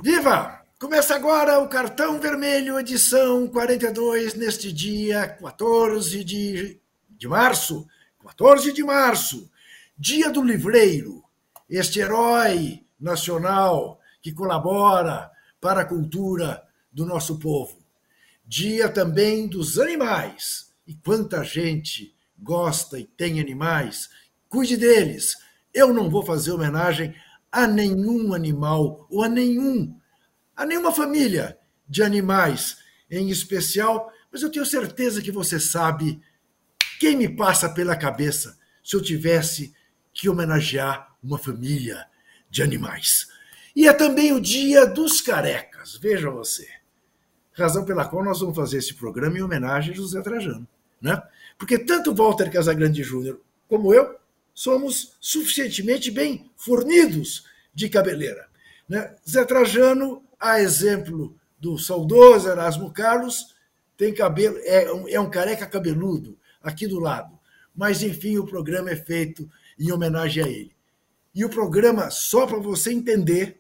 Viva! Começa agora o Cartão Vermelho, edição 42, neste dia 14 de março. 14 de março, dia do livreiro, este herói nacional que colabora para a cultura do nosso povo. Dia também dos animais. E quanta gente gosta e tem animais. Cuide deles. Eu não vou fazer homenagem a nenhum animal ou a nenhuma família de animais em especial, mas eu tenho certeza que você sabe quem me passa pela cabeça se eu tivesse que homenagear uma família de animais. E é também o dia dos carecas, veja você. Razão pela qual nós vamos fazer esse programa em homenagem a José Trajano, né? Porque tanto Walter Casagrande Júnior como eu somos suficientemente bem fornidos de cabeleira, né? Zé Trajano, a exemplo do saudoso Erasmo Carlos, tem cabelo, é um careca cabeludo aqui do lado. Mas, enfim, o programa é feito em homenagem a ele. E o programa, só para você entender,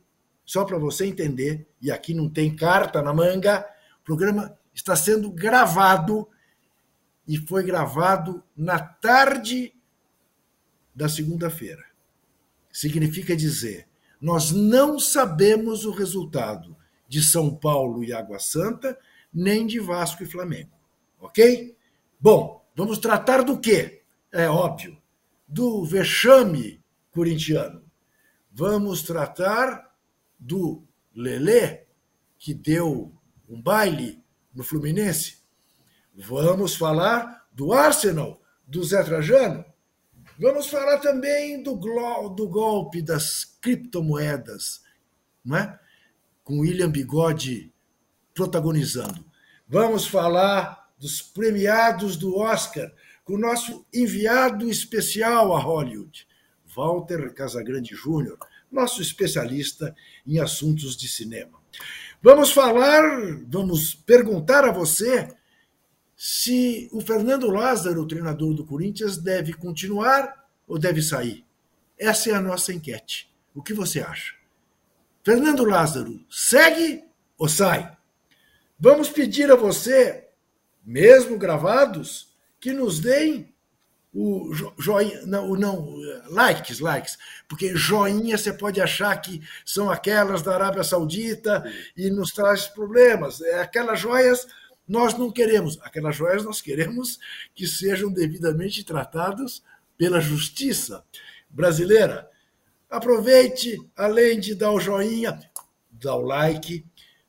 e aqui não tem carta na manga, o programa está sendo gravado e foi gravado na tarde da segunda-feira. Significa dizer, nós não sabemos o resultado de São Paulo e Água Santa, nem de Vasco e Flamengo. Ok? Bom, vamos tratar do quê? É óbvio, do vexame corintiano. Vamos tratar do Lelê, que deu um baile no Fluminense. Vamos falar do Arsenal, do Zé Trajano. Vamos falar também do golpe das criptomoedas, não é? Com William Bigode protagonizando. Vamos falar dos premiados do Oscar, com o nosso enviado especial a Hollywood, Walter Casagrande Júnior, nosso especialista em assuntos de cinema. Vamos perguntar a você se o Fernando Lázaro, o treinador do Corinthians, deve continuar ou deve sair. Essa é a nossa enquete. O que você acha? Fernando Lázaro, segue ou sai? Vamos pedir a você, mesmo gravados, que nos deem o joinha, likes, porque joinha você pode achar que são aquelas da Arábia Saudita e nos traz problemas. Aquelas joias nós não queremos. Aquelas joias nós queremos que sejam devidamente tratadas pela justiça brasileira. Aproveite, além de dar o joinha, dá o like.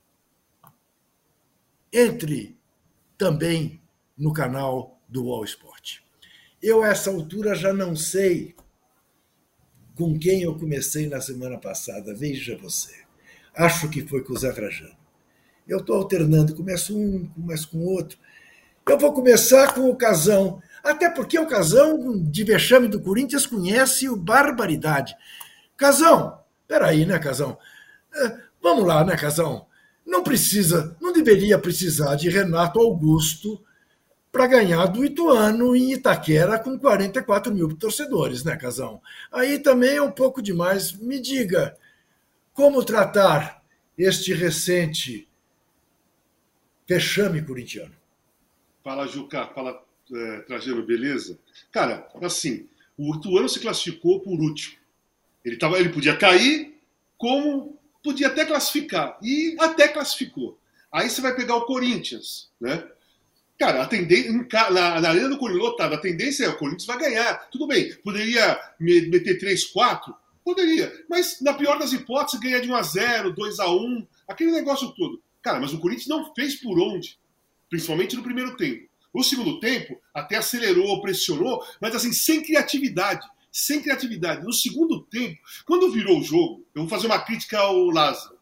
Entre também no canal do UOL Sport. Eu, a essa altura, já não sei com quem eu comecei na semana passada. Veja você. Acho que foi com o Zé Trajano. Eu estou alternando, começo um, começo com outro. Eu vou começar com o Casão, até porque o Casão, de vexame do Corinthians, conhece o Barbaridade. Casão, peraí, né, Casão? Vamos lá, né, Casão? Não deveria precisar de Renato Augusto para ganhar do Ituano em Itaquera com 44 mil torcedores, né, Casão? Aí também é um pouco demais. Me diga, como tratar este recente vexame corintiano? Fala, Juca. Fala, Trajano, beleza? Cara, assim, o Ituano se classificou por último. Ele podia cair, como podia até classificar. E até classificou. Aí você vai pegar o Corinthians, né? Cara, na Arena do Corinthians lotado, a tendência é o Corinthians vai ganhar. Tudo bem, poderia meter 3-4? Poderia. Mas, na pior das hipóteses, ganhar de 1-0, 2-1, aquele negócio todo. Cara, mas o Corinthians não fez por onde. Principalmente no primeiro tempo. No segundo tempo, até acelerou, pressionou, mas assim, sem criatividade. No segundo tempo, quando virou o jogo, eu vou fazer uma crítica ao Lázaro.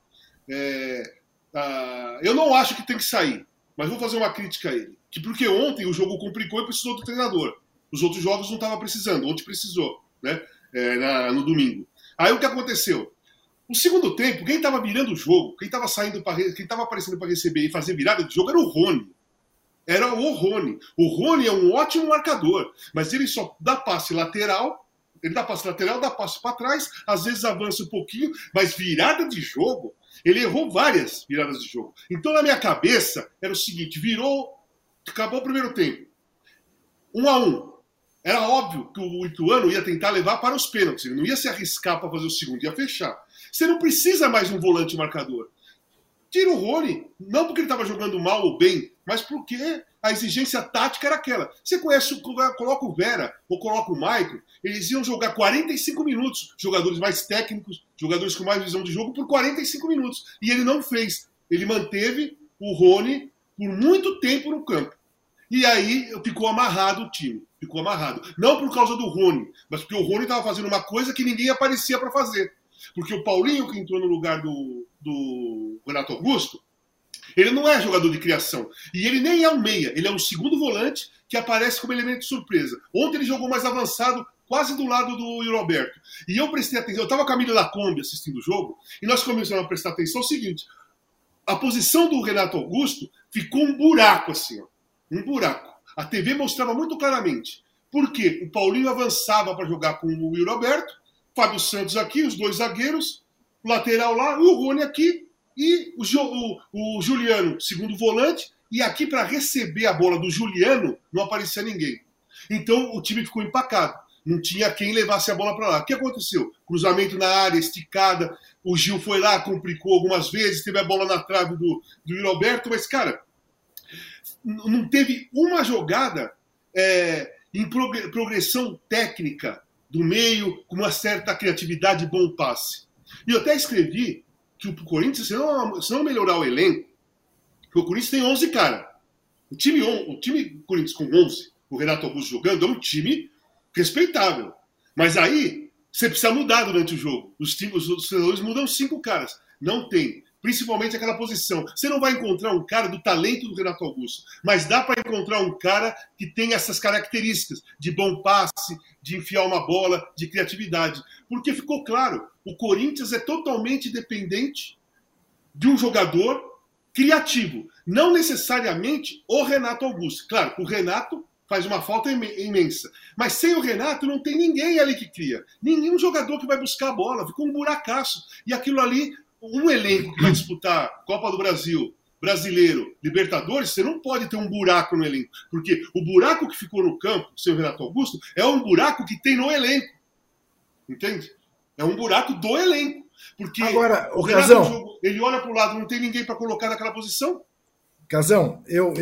Eu não acho que tem que sair, mas vou fazer uma crítica a ele. Porque ontem o jogo complicou e precisou do treinador. Os outros jogos não estavam precisando, ontem precisou, né? No domingo. Aí o que aconteceu? No segundo tempo, quem estava virando o jogo, quem estava aparecendo para receber e fazer virada de jogo era o Rony. O Rony é um ótimo marcador, mas ele só dá passe lateral. Ele dá passe lateral, dá passe para trás, às vezes avança um pouquinho, mas virada de jogo, Ele errou várias viradas de jogo. Então, na minha cabeça, era o seguinte, acabou o primeiro tempo. 1-1. Era óbvio que o Ituano ia tentar levar para os pênaltis. Ele não ia se arriscar para fazer o segundo, ia fechar. Você não precisa mais de um volante marcador. Tira o Rony, não porque ele estava jogando mal ou bem, mas porque a exigência tática era aquela. Você coloca o Vera ou coloca o Maicon, eles iam jogar 45 minutos, jogadores mais técnicos, jogadores com mais visão de jogo, por 45 minutos. E ele não fez. Ele manteve o Rony por muito tempo no campo. E aí ficou amarrado o time. Ficou amarrado. Não por causa do Rony, mas porque o Rony estava fazendo uma coisa que ninguém aparecia para fazer. Porque o Paulinho, que entrou no lugar do Renato Augusto, ele não é jogador de criação. E ele nem é um meia. Ele é um segundo volante que aparece como elemento de surpresa. Ontem ele jogou mais avançado, quase do lado do Yuri Alberto. E eu prestei atenção. Eu estava com a Camila Lacombe assistindo o jogo, e nós começamos a prestar atenção ao seguinte. A posição do Renato Augusto ficou um buraco assim, ó. Um buraco. A TV mostrava muito claramente. Por quê? O Paulinho avançava para jogar com o Yuri Alberto, Fábio Santos aqui, os dois zagueiros, o lateral lá, e o Rony aqui, e o Juliano, segundo volante, e aqui para receber a bola do Juliano não aparecia ninguém. Então o time ficou empacado. Não tinha quem levasse a bola para lá. O que aconteceu? Cruzamento na área, esticada, o Gil foi lá, complicou algumas vezes, teve a bola na trave do Yuri Alberto, mas, cara, não teve uma jogada em progressão técnica do meio, com uma certa criatividade e bom passe. E eu até escrevi que o Corinthians, se não melhorar o elenco, que o Corinthians tem 11 caras. O time Corinthians com 11, o Renato Augusto jogando, é um time respeitável. Mas aí, você precisa mudar durante o jogo. Os treinadores mudam 5 caras. Não tem. Principalmente aquela posição. Você não vai encontrar um cara do talento do Renato Augusto, mas dá para encontrar um cara que tem essas características de bom passe, de enfiar uma bola, de criatividade. Porque ficou claro, o Corinthians é totalmente dependente de um jogador criativo. Não necessariamente o Renato Augusto. Claro, o Renato faz uma falta imensa. Mas sem o Renato não tem ninguém ali que cria. Nenhum jogador que vai buscar a bola. Ficou um buracaço. E aquilo ali... Um elenco que vai disputar Copa do Brasil, Brasileiro, Libertadores, você não pode ter um buraco no elenco. Porque o buraco que ficou no campo, sem o Renato Augusto, é um buraco que tem no elenco. Entende? É um buraco do elenco. Porque agora, o Renato, ele olha para o lado, não tem ninguém para colocar naquela posição. Casão, eu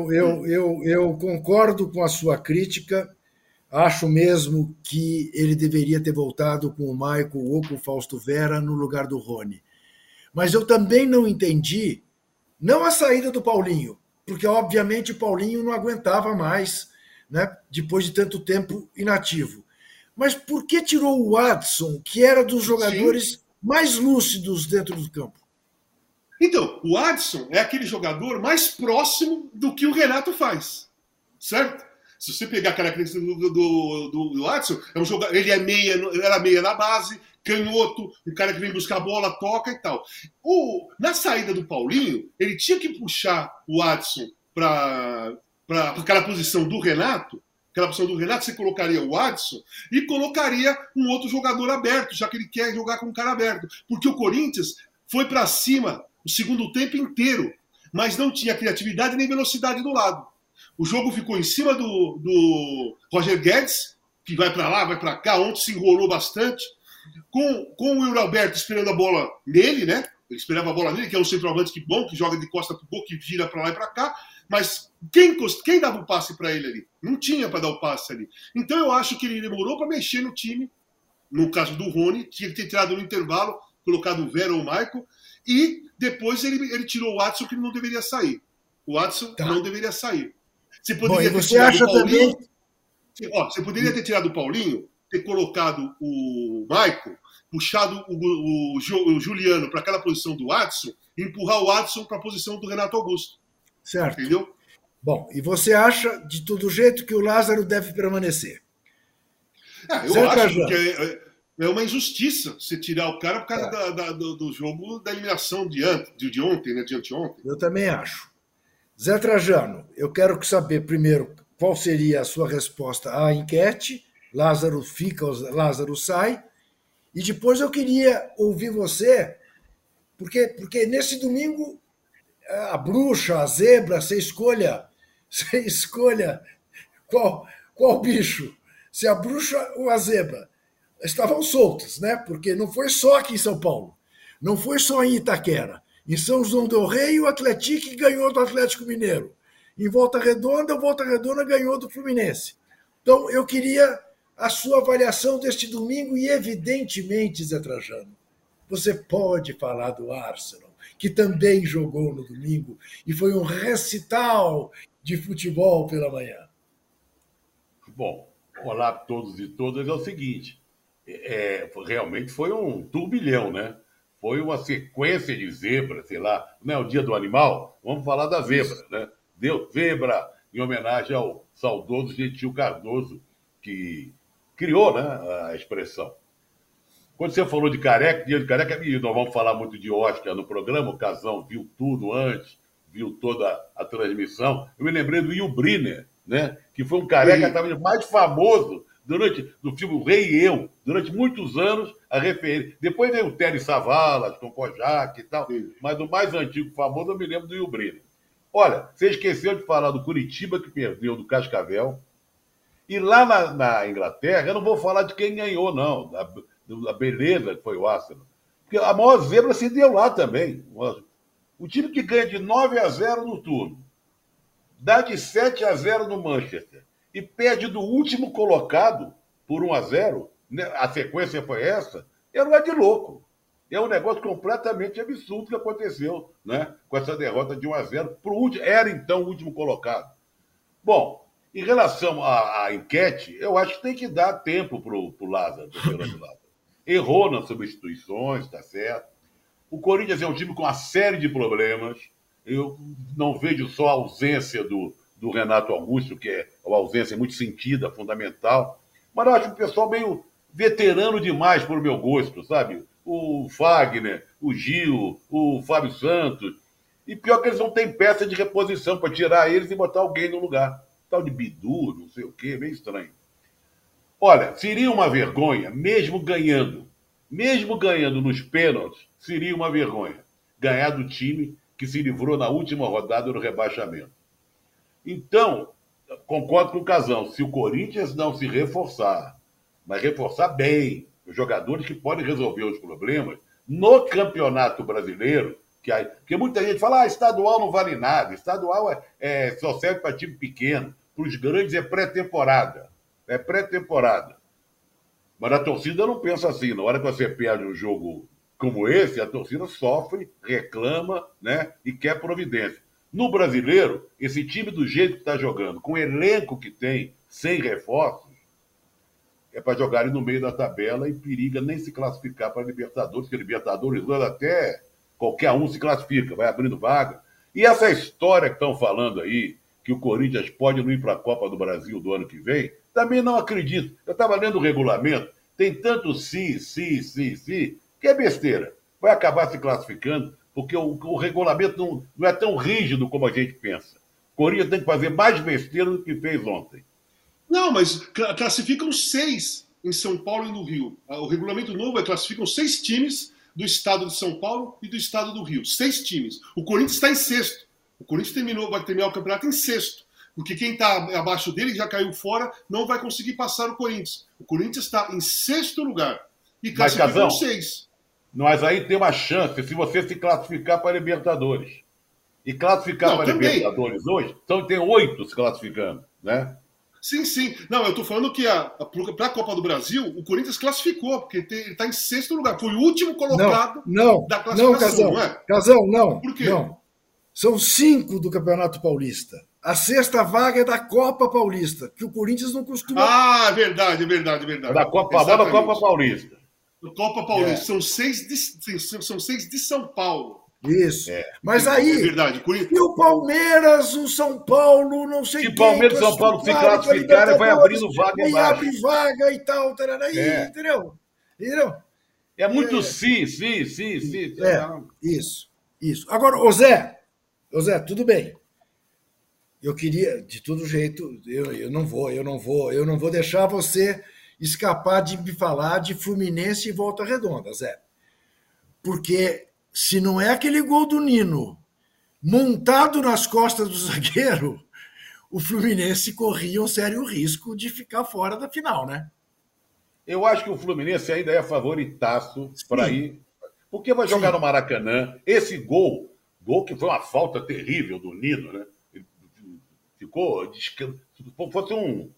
concordo com a sua crítica. Acho mesmo que ele deveria ter voltado com o Maicon ou com o Fausto Vera no lugar do Rony. Mas eu também não entendi, não a saída do Paulinho, porque obviamente o Paulinho não aguentava mais, né, depois de tanto tempo inativo. Mas por que tirou o Adson, que era dos jogadores mais lúcidos dentro do campo? Então, o Adson é aquele jogador mais próximo do que o Renato faz, certo? Se você pegar a característica do Adson, é um jogador, ele era meia na base, canhoto, um cara que vem buscar a bola, toca e tal. Na saída do Paulinho, ele tinha que puxar o Adson para aquela posição do Renato. Aquela posição do Renato, você colocaria o Adson e colocaria um outro jogador aberto, já que ele quer jogar com um cara aberto. Porque o Corinthians foi para cima o segundo tempo inteiro, mas não tinha criatividade nem velocidade do lado. O jogo ficou em cima do Roger Guedes, que vai para lá, vai para cá, ontem se enrolou bastante, com o Yuri Alberto esperando a bola nele, né? Ele esperava a bola nele, que é um centroavante que bom, que joga de costa pro gol, que gira para lá e para cá, mas quem dava o passe para ele ali? Não tinha para dar o passe ali. Então eu acho que ele demorou para mexer no time, no caso do Rony, tinha que ter tirado no intervalo, colocado o Vera ou o Michael, e depois ele tirou o Adson, que não deveria sair. O Adson não deveria sair. Você poderia ter tirado o Paulinho. Também... Você poderia ter tirado o Paulinho, ter colocado o Michael, puxado o Juliano para aquela posição do Adson e empurrar o Adson para a posição do Renato Augusto. Certo. Entendeu? Bom, e você acha, de todo jeito, que o Lázaro deve permanecer? Eu acho que é uma injustiça você tirar o cara por causa do jogo da eliminação de ontem, né? De anteontem. Eu também acho. Zé Trajano, eu quero saber primeiro qual seria a sua resposta à enquete. Lázaro fica, Lázaro sai. E depois eu queria ouvir você Porque nesse domingo, a bruxa, a zebra, você escolha qual bicho, se a bruxa ou a zebra. Estavam soltas, né? Porque não foi só aqui em São Paulo, não foi só em Itaquera. Em São João del Rei, o Atlético ganhou do Atlético Mineiro. Em Volta Redonda, o Volta Redonda ganhou do Fluminense. Então, eu queria a sua avaliação deste domingo e, evidentemente, Zé Trajano, você pode falar do Arsenal, que também jogou no domingo e foi um recital de futebol pela manhã. Bom, olá a todos e todas. É o seguinte, realmente foi um turbilhão, né? Foi uma sequência de zebras, sei lá, não é o dia do animal? Vamos falar da zebra, né? Deu zebra em homenagem ao saudoso Gentil Cardoso, que criou, né, a expressão. Quando você falou de careca, dia de careca, nós vamos falar muito de Oscar no programa, o Casão viu tudo antes, viu toda a transmissão. Eu me lembrei do Will Brynner, né, que foi um careca talvez mais famoso do filme O Rei e Eu, durante muitos anos, a referência. Depois veio o Telly Savalas, com Kojak e tal, mas o mais antigo famoso eu me lembro do Will Brynner. Olha, você esqueceu de falar do Curitiba, que perdeu do Cascavel. E lá na Inglaterra, eu não vou falar de quem ganhou, não, da beleza que foi o Arsenal. Porque a maior zebra se deu lá também. O time que ganha de 9-0 no turno, dá de 7-0 no Manchester e perde do último colocado por 1-0, né? A sequência foi essa, era um de louco. É um negócio completamente absurdo que aconteceu, né, com essa derrota de 1-0 para o último, era então o último colocado. Bom, em relação à enquete, eu acho que tem que dar tempo para o Lázaro, pro Fernando Lázaro. Errou nas substituições, está certo. O Corinthians é um time com uma série de problemas. Eu não vejo só a ausência do Renato Augusto, que é uma ausência muito sentida, fundamental, mas eu acho o pessoal meio veterano demais para o meu gosto, sabe? O Fagner, o Gil, o Fábio Santos. E pior que eles não têm peça de reposição para tirar eles e botar alguém no lugar. Tal de Bidu, não sei o quê, meio estranho. Olha, seria uma vergonha, mesmo ganhando nos pênaltis, seria uma vergonha ganhar do time que se livrou na última rodada do rebaixamento. Então, concordo com o Casão, se o Corinthians não se reforçar, mas reforçar bem, os jogadores que podem resolver os problemas, no Campeonato Brasileiro, porque muita gente fala, estadual não vale nada, estadual só serve para time pequeno, para os grandes é pré-temporada. É pré-temporada. Mas a torcida não pensa assim. Na hora que você perde um jogo como esse, a torcida sofre, reclama, né, e quer providência. No Brasileiro, esse time do jeito que está jogando, com o elenco que tem, sem reforços, é para jogarem no meio da tabela e periga nem se classificar para a Libertadores, porque a Libertadores até qualquer um se classifica, vai abrindo vaga. E essa história que estão falando aí, que o Corinthians pode não ir para a Copa do Brasil do ano que vem, também não acredito. Eu estava lendo o regulamento, tem tanto se, que é besteira. Vai acabar se classificando, porque o regulamento não é tão rígido como a gente pensa. O Corinthians tem que fazer mais besteira do que fez ontem. Não, mas classificam 6 em São Paulo e no Rio. O regulamento novo classificam 6 times do estado de São Paulo e do estado do Rio. 6 times. O Corinthians está em sexto. O Corinthians vai terminar o campeonato em sexto. Porque quem está abaixo dele, já caiu fora, não vai conseguir passar o Corinthians. O Corinthians está em sexto lugar. E classificam 6. Mas aí tem uma chance, se você se classificar para a Libertadores. E classificar para a Libertadores hoje, então tem 8 se classificando, né? Sim. Não, eu estou falando que para a Copa do Brasil, o Corinthians classificou, porque ele está em sexto lugar. Foi o último colocado da classificação. Não, Casão, não. Por quê? Não. São 5 do Campeonato Paulista. A sexta vaga é da Copa Paulista, que o Corinthians não costuma... Ah, é verdade. Da Copa Paulista. Copa Paulista. São 6 de São Paulo. Isso. Mas aí, é verdade. E o Palmeiras, o São Paulo, não sei quem... Se o Palmeiras e o São Paulo se classificarem, vai abrindo vaga aí embaixo. Abre vaga e tal, entendeu? É muito sim. Isso. Agora, ô Zé, tudo bem. Eu queria, de todo jeito, eu não vou deixar você escapar de me falar de Fluminense e Volta Redonda, Zé. Porque se não é aquele gol do Nino montado nas costas do zagueiro, o Fluminense corria um sério risco de ficar fora da final, né? Eu acho que o Fluminense ainda é favoritaço para ir, porque vai jogar no Maracanã. Esse gol que foi uma falta terrível do Nino, né? Ele ficou, fosse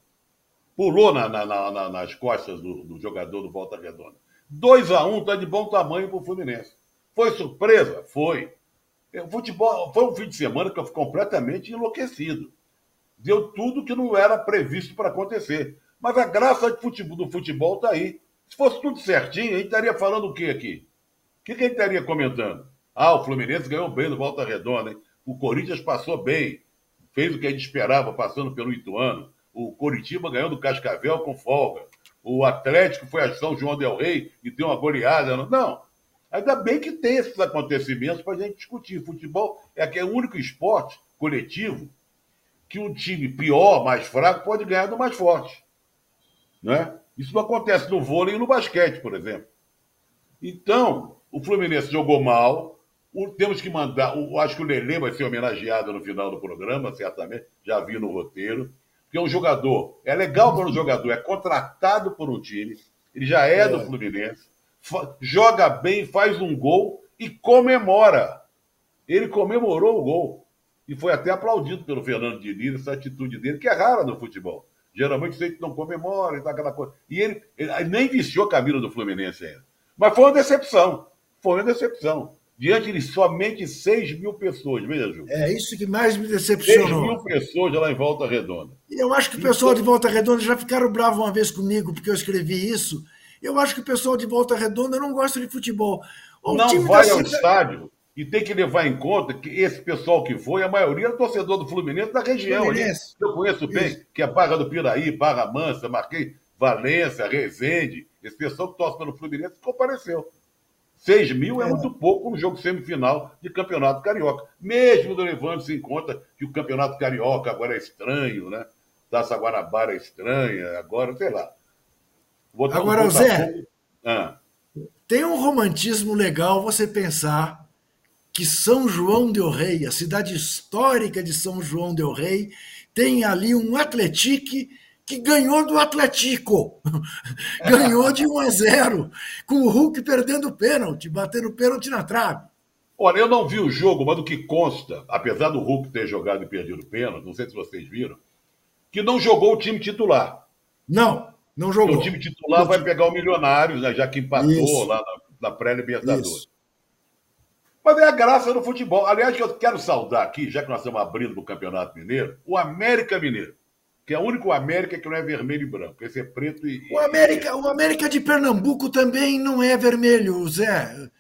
pulou nas costas do jogador do Volta Redonda. 2-1 está de bom tamanho para o Fluminense. Foi surpresa? Foi. O futebol foi um fim de semana que eu fui completamente enlouquecido. Deu tudo que não era previsto para acontecer. Mas a graça do futebol está aí. Se fosse tudo certinho, a gente estaria falando o quê aqui? O que a gente estaria comentando? O Fluminense ganhou bem no Volta Redonda, hein? O Corinthians passou bem, fez o que a gente esperava, passando pelo Ituano. O Coritiba ganhou do Cascavel com folga. O Atlético foi a São João del Rei e deu uma goleada. Não. Ainda bem que tem esses acontecimentos para a gente discutir. Futebol é o único esporte coletivo que um time pior, mais fraco, pode ganhar do mais forte. Né? Isso não acontece no vôlei e no basquete, por exemplo. Então, o Fluminense jogou mal. Temos que mandar. Acho que o Lelê vai ser homenageado no final do programa, certamente. Já vi no roteiro. Porque um jogador. É legal quando o jogador é contratado por um time, ele já é do Fluminense, joga bem, faz um gol e comemora. Ele comemorou o gol. E foi até aplaudido pelo Fernando Diniz, essa atitude dele, que é rara no futebol. Geralmente você não comemora e tal, aquela coisa. E ele nem vestiu a camisa do Fluminense ainda. Mas foi uma decepção. Foi uma decepção. Diante de somente 6 mil pessoas, veja, Ju. É isso que mais me decepcionou. 6 mil pessoas lá em Volta Redonda. E eu acho que o pessoal de Volta Redonda já ficaram bravos uma vez comigo, porque eu escrevi isso. Eu acho que o pessoal de Volta Redonda não gosta de futebol. Não vai ao estádio e tem que levar em conta que esse pessoal que foi, a maioria é torcedor do Fluminense da região ali. Eu conheço bem, que é Barra do Piraí, Barra Mansa, Marquês, Valência, Resende. Esse pessoal que torce pelo Fluminense compareceu. 6 mil é muito pouco no jogo semifinal de Campeonato Carioca. Mesmo levando-se em conta que o Campeonato Carioca agora é estranho, né? Taça Guanabara é estranha, agora, sei lá. Agora, Zé, tem um romantismo legal você pensar que São João del Rei, a cidade histórica de São João del Rei, tem ali um Atletique que ganhou do Atlético. Ganhou de 1-0, com o Hulk perdendo o pênalti, batendo pênalti na trave. Olha, eu não vi o jogo, mas do que consta, apesar do Hulk ter jogado e perdido o pênalti, não sei se vocês viram, que não jogou o time titular. Não jogou. Porque o time titular vai pegar o Milionários, né, já que empatou lá na pré-Libertadores. Mas é a graça do futebol. Aliás, eu quero saudar aqui, já que nós estamos abrindo para o Campeonato Mineiro, o América Mineiro, que é o único América que não é vermelho e branco. Esse é preto e... O América de Pernambuco também não é vermelho, Zé.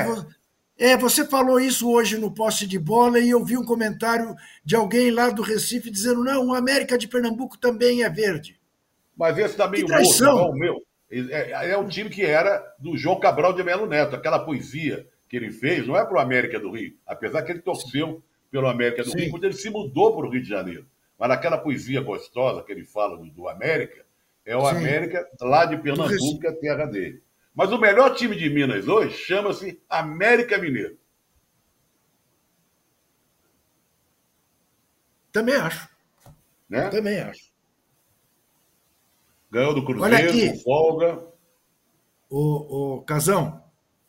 Você falou isso hoje no poste de bola e eu vi um comentário de alguém lá do Recife dizendo não, o América de Pernambuco também é verde. Mas esse está meio morto, igual o meu. É um time que era do João Cabral de Melo Neto. Aquela poesia que ele fez não é para o América do Rio, apesar que ele torceu pelo América do Rio, quando ele se mudou para o Rio de Janeiro. Mas naquela poesia gostosa que ele fala do América, é o América lá de Pernambuco, que é a terra dele. Mas o melhor time de Minas hoje chama-se América Mineiro. Também acho. Né? Também acho. Ganhou do Cruzeiro, com folga. Ô, Casão,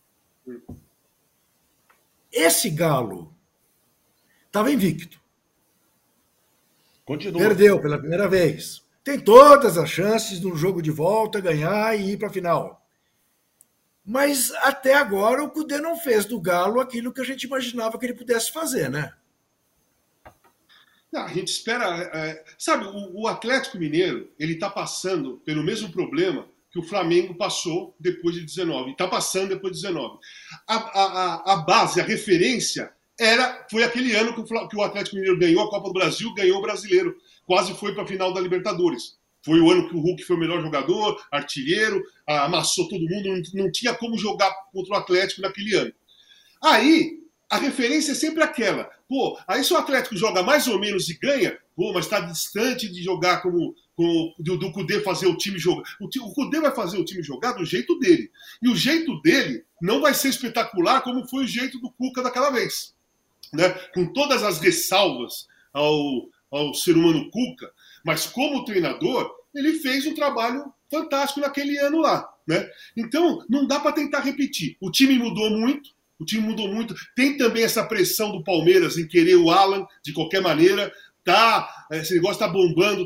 esse Galo estava invicto. Continua. Perdeu pela primeira vez. Tem todas as chances no jogo de volta ganhar e ir para a final. Mas até agora o Cudê não fez do Galo aquilo que a gente imaginava que ele pudesse fazer, né? Não, a gente espera... sabe, o Atlético Mineiro, ele está passando pelo mesmo problema que o Flamengo passou depois de 19. Está passando depois de 19. A base, a referência, foi aquele ano que o Atlético Mineiro ganhou a Copa do Brasil, ganhou o Brasileiro. Quase foi para a final da Libertadores. Foi o ano que o Hulk foi o melhor jogador, artilheiro, amassou todo mundo, não tinha como jogar contra o Atlético naquele ano. Aí, a referência é sempre aquela. Aí se o Atlético joga mais ou menos e ganha, mas está distante de jogar como do Kudê fazer o time jogar. O Kudê vai fazer o time jogar do jeito dele. E o jeito dele não vai ser espetacular como foi o jeito do Cuca daquela vez. Né? Com todas as ressalvas ao ser humano Cuca, mas como treinador, ele fez um trabalho fantástico naquele ano lá. Né? Então, não dá para tentar repetir. O time mudou muito. Tem também essa pressão do Palmeiras em querer o Alan de qualquer maneira. Esse negócio tá bombando.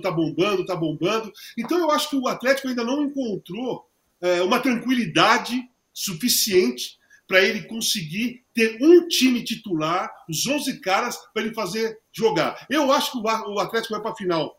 Então eu acho que o Atlético ainda não encontrou uma tranquilidade suficiente para ele conseguir ter um time titular, os 11 caras, para ele fazer jogar. Eu acho que o Atlético vai para a final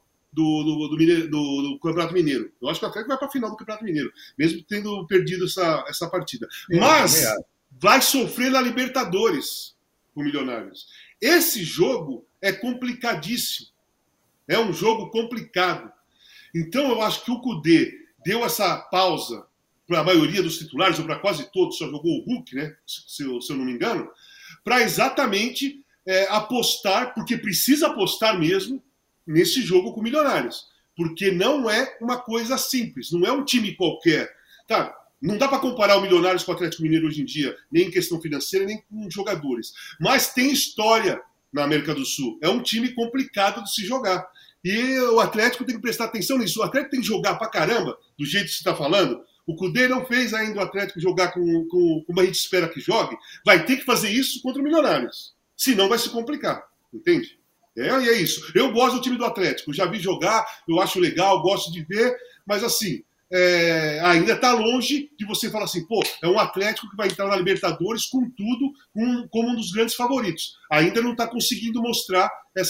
do Campeonato Mineiro. Eu acho que o Atlético vai para a final do Campeonato Mineiro, mesmo tendo perdido essa partida. Mas vai sofrer na Libertadores com o Milionários. Esse jogo é complicadíssimo. É um jogo complicado. Então, eu acho que o Kudê deu essa pausa para a maioria dos titulares, ou para quase todos, só jogou o Hulk, né? Se eu não me engano, para exatamente apostar, porque precisa apostar mesmo nesse jogo com o Milionários. Porque não é uma coisa simples, não é um time qualquer. Tá? Não dá para comparar o Milionários com o Atlético Mineiro hoje em dia, nem em questão financeira, nem com jogadores. Mas tem história na América do Sul. É um time complicado de se jogar. E o Atlético tem que prestar atenção nisso. O Atlético tem que jogar pra caramba, do jeito que você está falando. O Kudê não fez ainda o Atlético jogar como a gente espera que jogue. Vai ter que fazer isso contra o Milionários. Senão vai se complicar. Entende? E é isso. Eu gosto do time do Atlético. Já vi jogar, eu acho legal, gosto de ver. Mas assim, ainda está longe de você falar assim, pô, é um Atlético que vai entrar na Libertadores com tudo, como um dos grandes favoritos. Ainda não está conseguindo mostrar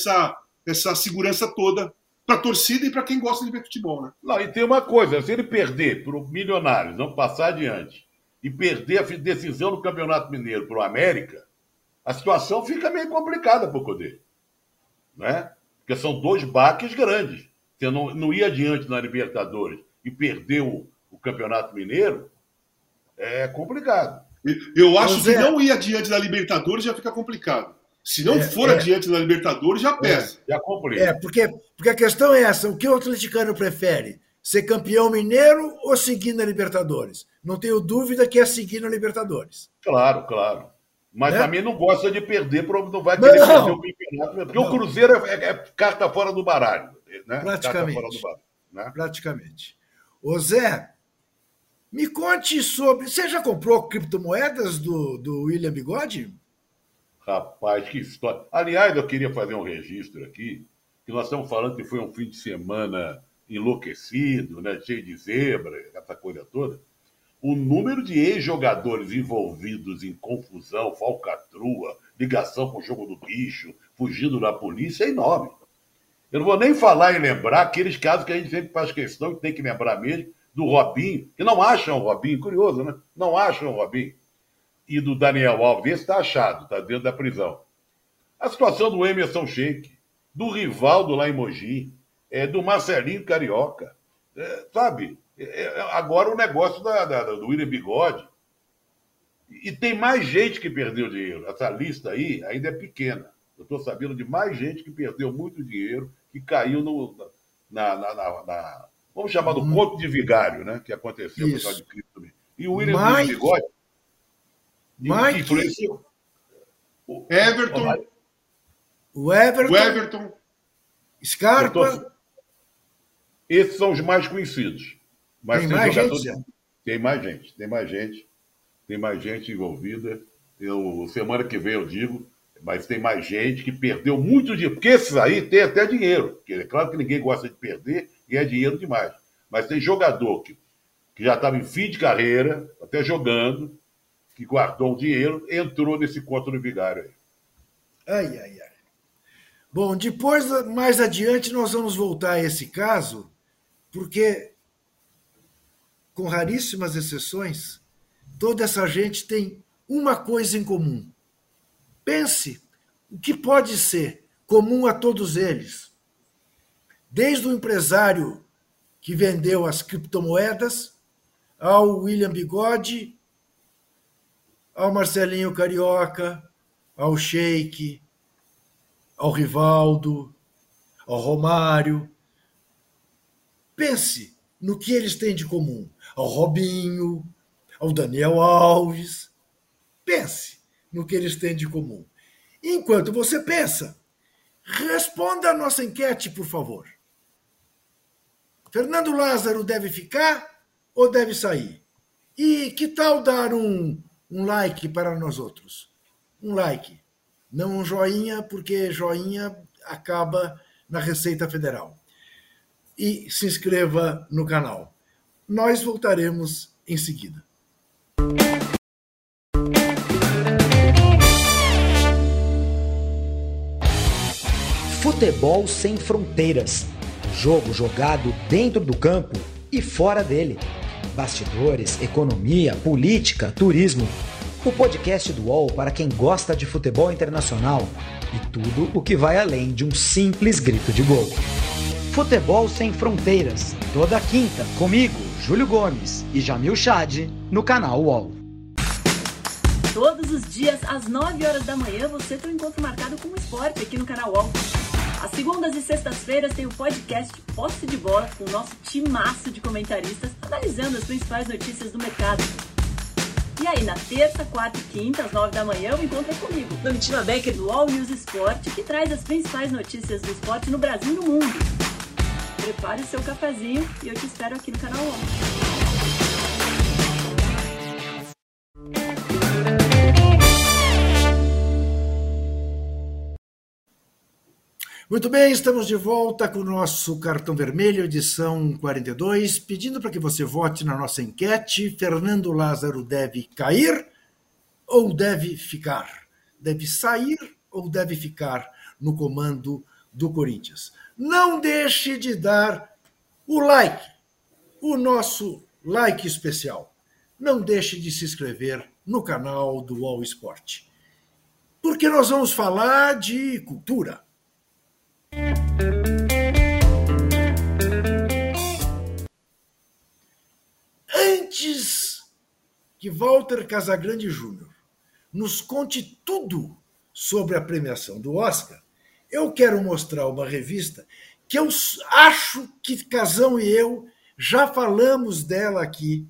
essa segurança toda para a torcida e para quem gosta de ver futebol, né? Não, e tem uma coisa, se ele perder para o Milionários, não passar adiante, e perder a decisão do Campeonato Mineiro para o América, a situação fica meio complicada para o Kudê. Né? Porque são dois baques grandes. Você não ir adiante na Libertadores e perder o Campeonato Mineiro, é complicado. Eu acho que não ir adiante na Libertadores já fica complicado. Se não for adiante na Libertadores, já pesa. Já complica. Porque a questão é essa: o que o atleticano prefere? Ser campeão mineiro ou seguir na Libertadores? Não tenho dúvida que é seguir na Libertadores. Claro. Mas também não gosta de perder, não vai querer perder o campeonato. Porque o Cruzeiro é carta fora do baralho. Né? Praticamente. Carta fora do baralho, né? Praticamente. Ô Zé, me conte sobre... Você já comprou criptomoedas do William Bigode? Rapaz, que história. Aliás, eu queria fazer um registro aqui, que nós estamos falando que foi um fim de semana enlouquecido, né? Cheio de zebra, essa coisa toda. O número de ex-jogadores envolvidos em confusão, falcatrua, ligação com o jogo do bicho, fugindo da polícia é enorme. Eu não vou nem falar e lembrar aqueles casos que a gente sempre faz questão, que tem que lembrar mesmo, do Robinho, que não acham o Robinho, curioso, né? Não acham o Robinho. E do Daniel Alves, esse está achado, está dentro da prisão. A situação do Emerson Sheik, do Rivaldo lá em Mogi, do Marcelinho Carioca, sabe? Agora o negócio do William Bigode. E tem mais gente que perdeu dinheiro. Essa lista aí ainda é pequena. Eu estou sabendo de mais gente que perdeu muito dinheiro, que caiu vamos chamar do conto de vigário, né? Que aconteceu por causa de cripto. E o William Bigode. O Everton. O Everton. Scarpa. Esses são os mais conhecidos. Mas tem mais gente? Tem mais gente envolvida. Semana que vem eu digo, mas tem mais gente que perdeu muito dinheiro. Porque esses aí tem até dinheiro. Porque é claro que ninguém gosta de perder e é dinheiro demais. Mas tem jogador que já estava em fim de carreira, até jogando, que guardou um dinheiro, entrou nesse conto do vigário aí. Ai. Bom, depois, mais adiante, nós vamos voltar a esse caso, porque, com raríssimas exceções, toda essa gente tem uma coisa em comum. Pense o que pode ser comum a todos eles. Desde o empresário que vendeu as criptomoedas, ao William Bigode, ao Marcelinho Carioca, ao Sheik, ao Rivaldo, ao Romário. pense no que eles têm de comum. Ao Robinho, ao Daniel Alves. Pense no que eles têm de comum. Enquanto você pensa, responda a nossa enquete, por favor. Fernando Lázaro deve ficar ou deve sair? E que tal dar um like para nós outros? Um like, não um joinha, porque joinha acaba na Receita Federal. E se inscreva no canal. Nós voltaremos em seguida. Futebol sem fronteiras. Jogo jogado dentro do campo e fora dele. Bastidores, economia, política, turismo. O podcast do UOL para quem gosta de futebol internacional e tudo o que vai além de um simples grito de gol. Futebol sem fronteiras. Toda quinta, comigo, Júlio Gomes e Jamil Chad, no canal UOL. Todos os dias, às 9 horas da manhã, você tem um encontro marcado com o esporte aqui no canal UOL. Às segundas e sextas-feiras tem o podcast Posse de Bola com o nosso timaço de comentaristas analisando as principais notícias do mercado. E aí, na terça, quarta e quinta, às 9 da manhã, o encontro é comigo, Domitila Becker, do All News Esporte, que traz as principais notícias do esporte no Brasil e no mundo. Prepare o seu cafezinho e eu te espero aqui no canal UOL. Muito bem, estamos de volta com o nosso Cartão Vermelho, edição 42, pedindo para que você vote na nossa enquete. Fernando Lázaro deve cair ou deve ficar? Deve sair ou deve ficar no comando do Corinthians? Não deixe de dar o like, o nosso like especial. Não deixe de se inscrever no canal do UOL Esporte. Porque nós vamos falar de cultura. Antes que Walter Casagrande Júnior nos conte tudo sobre a premiação do Oscar, eu quero mostrar uma revista que eu acho que Casão e eu já falamos dela aqui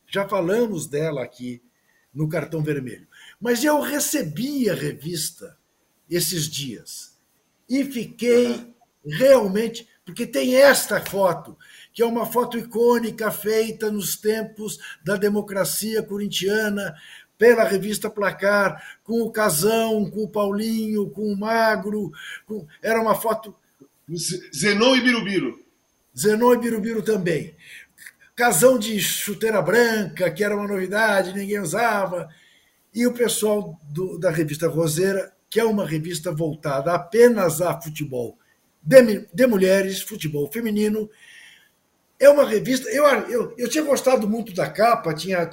no Cartão Vermelho. Mas eu recebi a revista esses dias e fiquei realmente... Porque tem esta foto, que é uma foto icônica feita nos tempos da democracia corintiana, pela revista Placar, com o Casão, com o Paulinho, com o Magro. Era uma foto... Zenon e Birubiru. Zenon e Birubiru também. Casão de chuteira branca, que era uma novidade, ninguém usava. E o pessoal da revista Roseira, que é uma revista voltada apenas a futebol de mulheres, futebol feminino. É uma revista... Eu tinha gostado muito da capa, tinha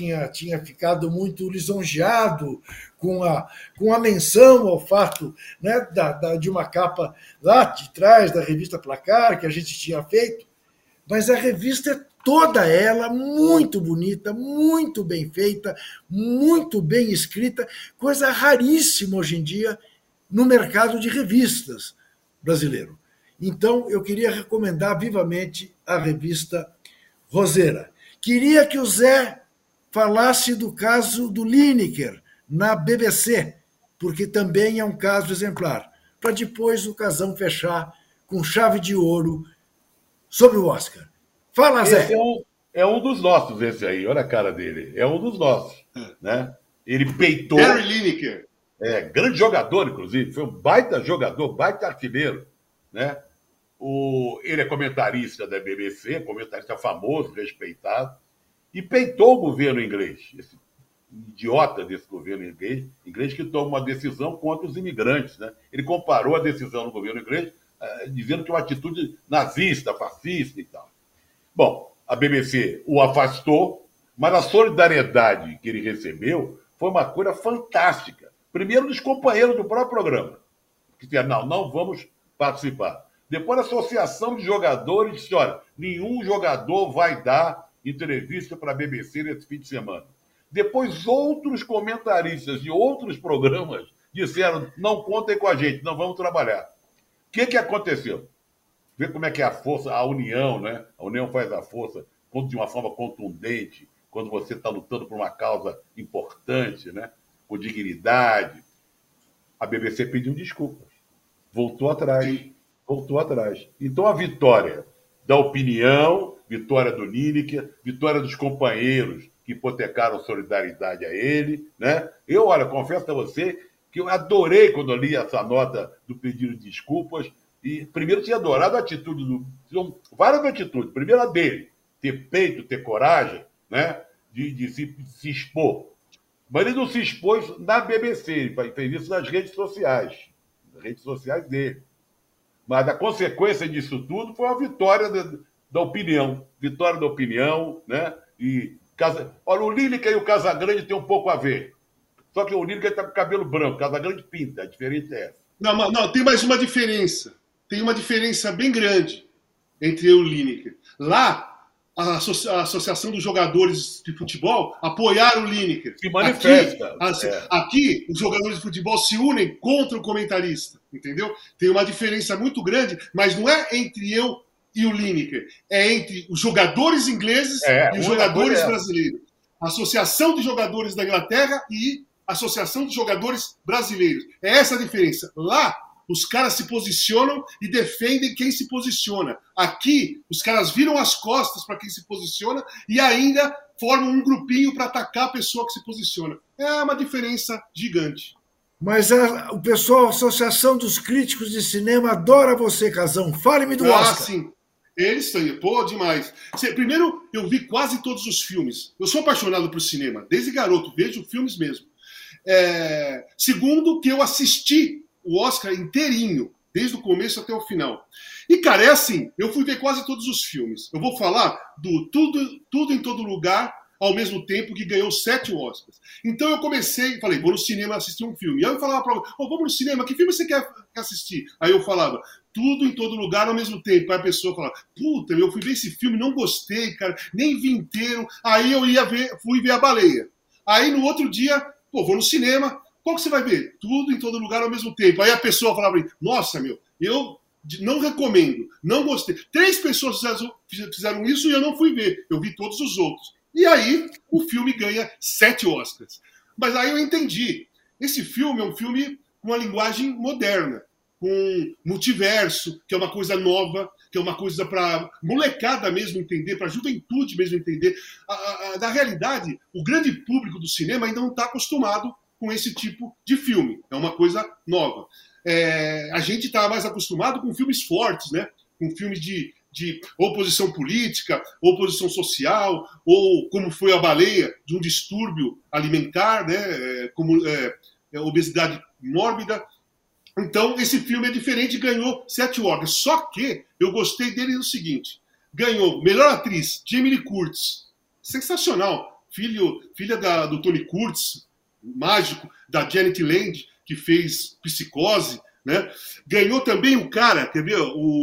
ficado muito lisonjeado com a menção ao fato, né, de uma capa lá de trás da revista Placar, que a gente tinha feito, mas a revista é toda ela muito bonita, muito bem feita, muito bem escrita, coisa raríssima hoje em dia no mercado de revistas brasileiro. Então, eu queria recomendar vivamente a revista Roseira. Queria que o Zé falasse do caso do Lineker na BBC, porque também é um caso exemplar, para depois o Casão fechar com chave de ouro sobre o Oscar. Fala, Zé. Esse é um dos nossos, esse aí. Olha a cara dele. É um dos nossos. Né? Ele peitou... Gary Lineker. Grande jogador, inclusive. Foi um baita jogador, baita artilheiro. Né? Ele é comentarista da BBC, comentarista famoso, respeitado, e peitou o governo inglês. Esse idiota desse governo inglês que toma uma decisão contra os imigrantes. Né? Ele comparou a decisão do governo inglês dizendo que é uma atitude nazista, fascista e tal. Bom, a BBC o afastou, mas a solidariedade que ele recebeu foi uma coisa fantástica. Primeiro dos companheiros do próprio programa, que disseram, não vamos participar. Depois a associação de jogadores disse, olha, nenhum jogador vai dar entrevista para a BBC nesse fim de semana. Depois outros comentaristas de outros programas disseram, não contem com a gente, não vamos trabalhar. O que aconteceu? Vê como é que é a força, a união, né? A união faz a força de uma forma contundente, quando você está lutando por uma causa importante, né? Com dignidade. A BBC pediu desculpas. Voltou atrás. Então, a vitória da opinião, vitória do Lineker, vitória dos companheiros que hipotecaram solidariedade a ele, né? Eu, olha, confesso a você que eu adorei quando eu li essa nota do pedido de desculpas. E primeiro tinha adorado a atitude tinham várias atitudes. Primeiro a dele, ter peito, ter coragem, né? De se expor. Mas ele não se expôs na BBC, ele fez isso nas redes sociais dele. Mas a consequência disso tudo foi a vitória da opinião. Vitória da opinião, né? Olha, o Lineker e o Casagrande têm um pouco a ver. Só que o Lineker está com cabelo branco, o Casagrande pinta, a diferença é essa. Não, tem mais uma diferença. Tem uma diferença bem grande entre eu e o Lineker. Lá, a Associação dos Jogadores de Futebol apoiaram o Lineker. Se manifesta. Aqui, os jogadores de futebol se unem contra o comentarista, entendeu? Tem uma diferença muito grande, mas não é entre eu e o Lineker. É entre os jogadores ingleses e os jogadores brasileiros. A Associação de Jogadores da Inglaterra e a Associação de Jogadores Brasileiros. É essa a diferença. Lá, os caras se posicionam e defendem quem se posiciona. Aqui, os caras viram as costas para quem se posiciona e ainda formam um grupinho para atacar a pessoa que se posiciona. É uma diferença gigante. Mas o pessoal, a Associação dos Críticos de Cinema, adora você, Casão. Fale-me do Oscar. Sim. Eles têm, demais. Primeiro, eu vi quase todos os filmes. Eu sou apaixonado por cinema. Desde garoto, vejo filmes mesmo. Segundo, que eu assisti o Oscar inteirinho, desde o começo até o final. E, cara, é assim, eu fui ver quase todos os filmes. Eu vou falar do Tudo em Todo Lugar, ao mesmo tempo que ganhou 7 Oscars. Então eu comecei, falei, vou no cinema assistir um filme. E aí eu falava para vamos no cinema, que filme você quer assistir? Aí eu falava, Tudo em Todo Lugar ao mesmo tempo. Aí a pessoa falava, puta, eu fui ver esse filme, não gostei, cara, nem vi inteiro. Aí eu fui ver A Baleia. Aí no outro dia, vou no cinema. Qual que você vai ver? Tudo em Todo Lugar ao mesmo tempo. Aí a pessoa falava para mim, nossa, eu não recomendo, não gostei. 3 pessoas fizeram isso e eu não fui ver. Eu vi todos os outros. E aí o filme ganha 7 Oscars. Mas aí eu entendi. Esse filme é um filme com uma linguagem moderna, com multiverso, que é uma coisa nova, que é uma coisa para molecada mesmo entender, para a juventude mesmo entender. Na realidade, o grande público do cinema ainda não está acostumado com esse tipo de filme. É uma coisa nova. A gente está mais acostumado com filmes fortes, né? Com filmes de oposição política, oposição social, ou como foi A Baleia, de um distúrbio alimentar, né? Como obesidade mórbida. Então, esse filme é diferente e ganhou 7 Oscars. Só que eu gostei dele no seguinte. Ganhou melhor atriz, Jamie Lee Curtis. Sensacional. Filha do Tony Curtis, mágico, da Janet Land, que fez Psicose, né? Ganhou também o cara, quer ver?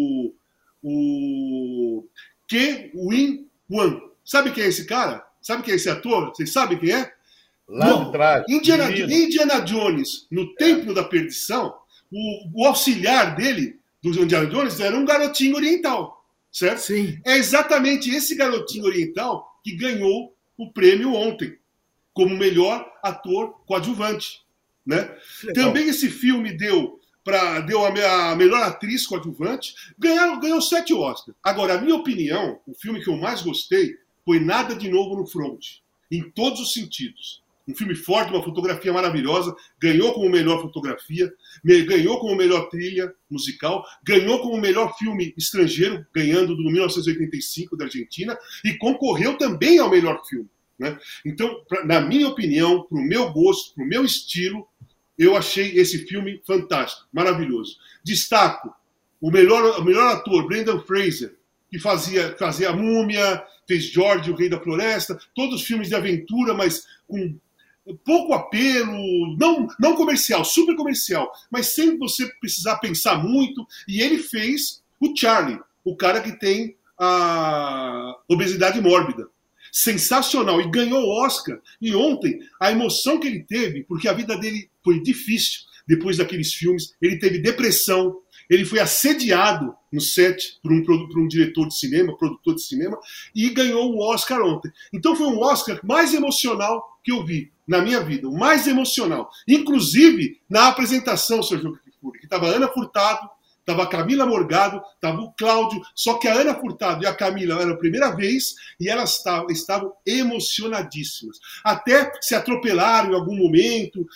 O Ke Huy Quan. Sabe quem é esse cara? Sabe quem é esse ator? Vocês sabem quem é? Lá atrás. Indiana Jones, no Templo da Perdição, o auxiliar dele, do Indiana Jones, era um garotinho oriental, certo? Sim. É exatamente esse garotinho oriental que ganhou o prêmio ontem, como melhor ator coadjuvante, né? Também esse filme deu a melhor atriz coadjuvante, ganhou 7 Oscars. Agora, a minha opinião, o filme que eu mais gostei foi Nada de Novo no Front, em todos os sentidos. Um filme forte, uma fotografia maravilhosa, ganhou como melhor fotografia, ganhou como melhor trilha musical, ganhou como melhor filme estrangeiro, ganhando do 1985 da Argentina, e concorreu também ao melhor filme, né? Então, na minha opinião, para o meu gosto, para o meu estilo, eu achei esse filme fantástico, maravilhoso. Destaco o melhor ator, Brendan Fraser, que fazia a Múmia, fez George, o Rei da Floresta, todos os filmes de aventura, mas com pouco apelo, não comercial, super comercial, mas sem você precisar pensar muito. E ele fez o Charlie, o cara que tem a obesidade mórbida. Sensacional, e ganhou o Oscar. E ontem, a emoção que ele teve, porque a vida dele foi difícil depois daqueles filmes, ele teve depressão, ele foi assediado no set por um diretor de cinema, produtor de cinema, e ganhou o Oscar ontem. Então foi um Oscar mais emocional que eu vi na minha vida, o mais emocional. Inclusive, na apresentação, Sr. João Kifuri, que estava a Ana Furtado, estava a Camila Morgado, estava o Cláudio, só que a Ana Furtado e a Camila era a primeira vez e elas estavam emocionadíssimas. Até se atropelaram em algum momento,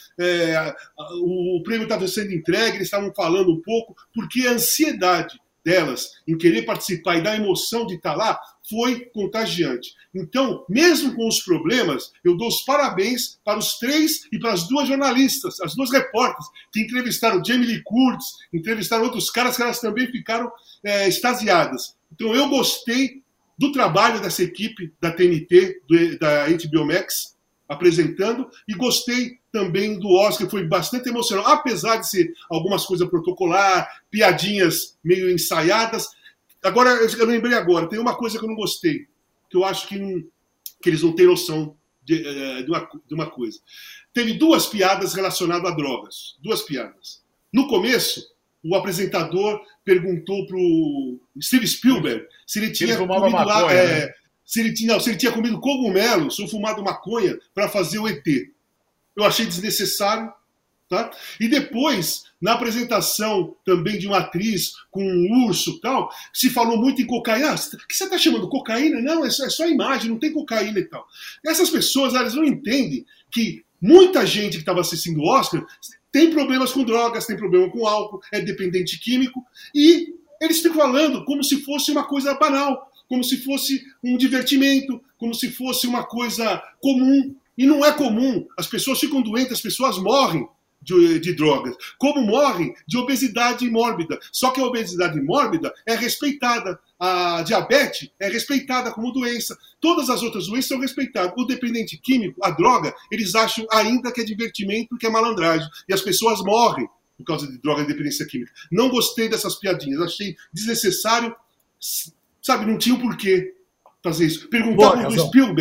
o prêmio estava sendo entregue, eles estavam falando um pouco, porque a ansiedade delas em querer participar e da emoção de estar lá foi contagiante. Então, mesmo com os problemas, eu dou os parabéns para os 3 e para as 2 jornalistas, as 2 repórteres, que entrevistaram Jamie Lee Curtis, entrevistaram outros caras que elas também ficaram extasiadas. Então, eu gostei do trabalho dessa equipe da TNT, da HBO Max, apresentando, e gostei também do Oscar, foi bastante emocional, apesar de ser algumas coisas protocolar, piadinhas meio ensaiadas. Agora, eu lembrei agora, tem uma coisa que eu não gostei, que eu acho que eles não têm noção de uma coisa. Teve 2 piadas relacionadas a drogas, 2 piadas. No começo, o apresentador perguntou para o Steven Spielberg se ele tinha comido maconha, se ele tinha comido cogumelos ou fumado maconha para fazer o ET. Eu achei desnecessário. Tá? E depois, na apresentação também de uma atriz com um urso e tal, se falou muito em cocaína. O que você está chamando cocaína? Não, é só imagem, não tem cocaína e tal. Essas pessoas, elas não entendem que muita gente que estava assistindo o Oscar tem problemas com drogas, tem problema com álcool, é dependente químico, e eles ficam falando como se fosse uma coisa banal, como se fosse um divertimento, como se fosse uma coisa comum. E não é comum. As pessoas ficam doentes, as pessoas morrem de drogas, como morrem de obesidade mórbida. Só que a obesidade mórbida é respeitada, a diabetes é respeitada como doença, todas as outras doenças são respeitadas. O dependente químico, a droga, eles acham ainda que é divertimento, que é malandragem, e as pessoas morrem por causa de droga e dependência química. Não gostei dessas piadinhas, achei desnecessário, sabe, não tinha o porquê fazer isso. Perguntar para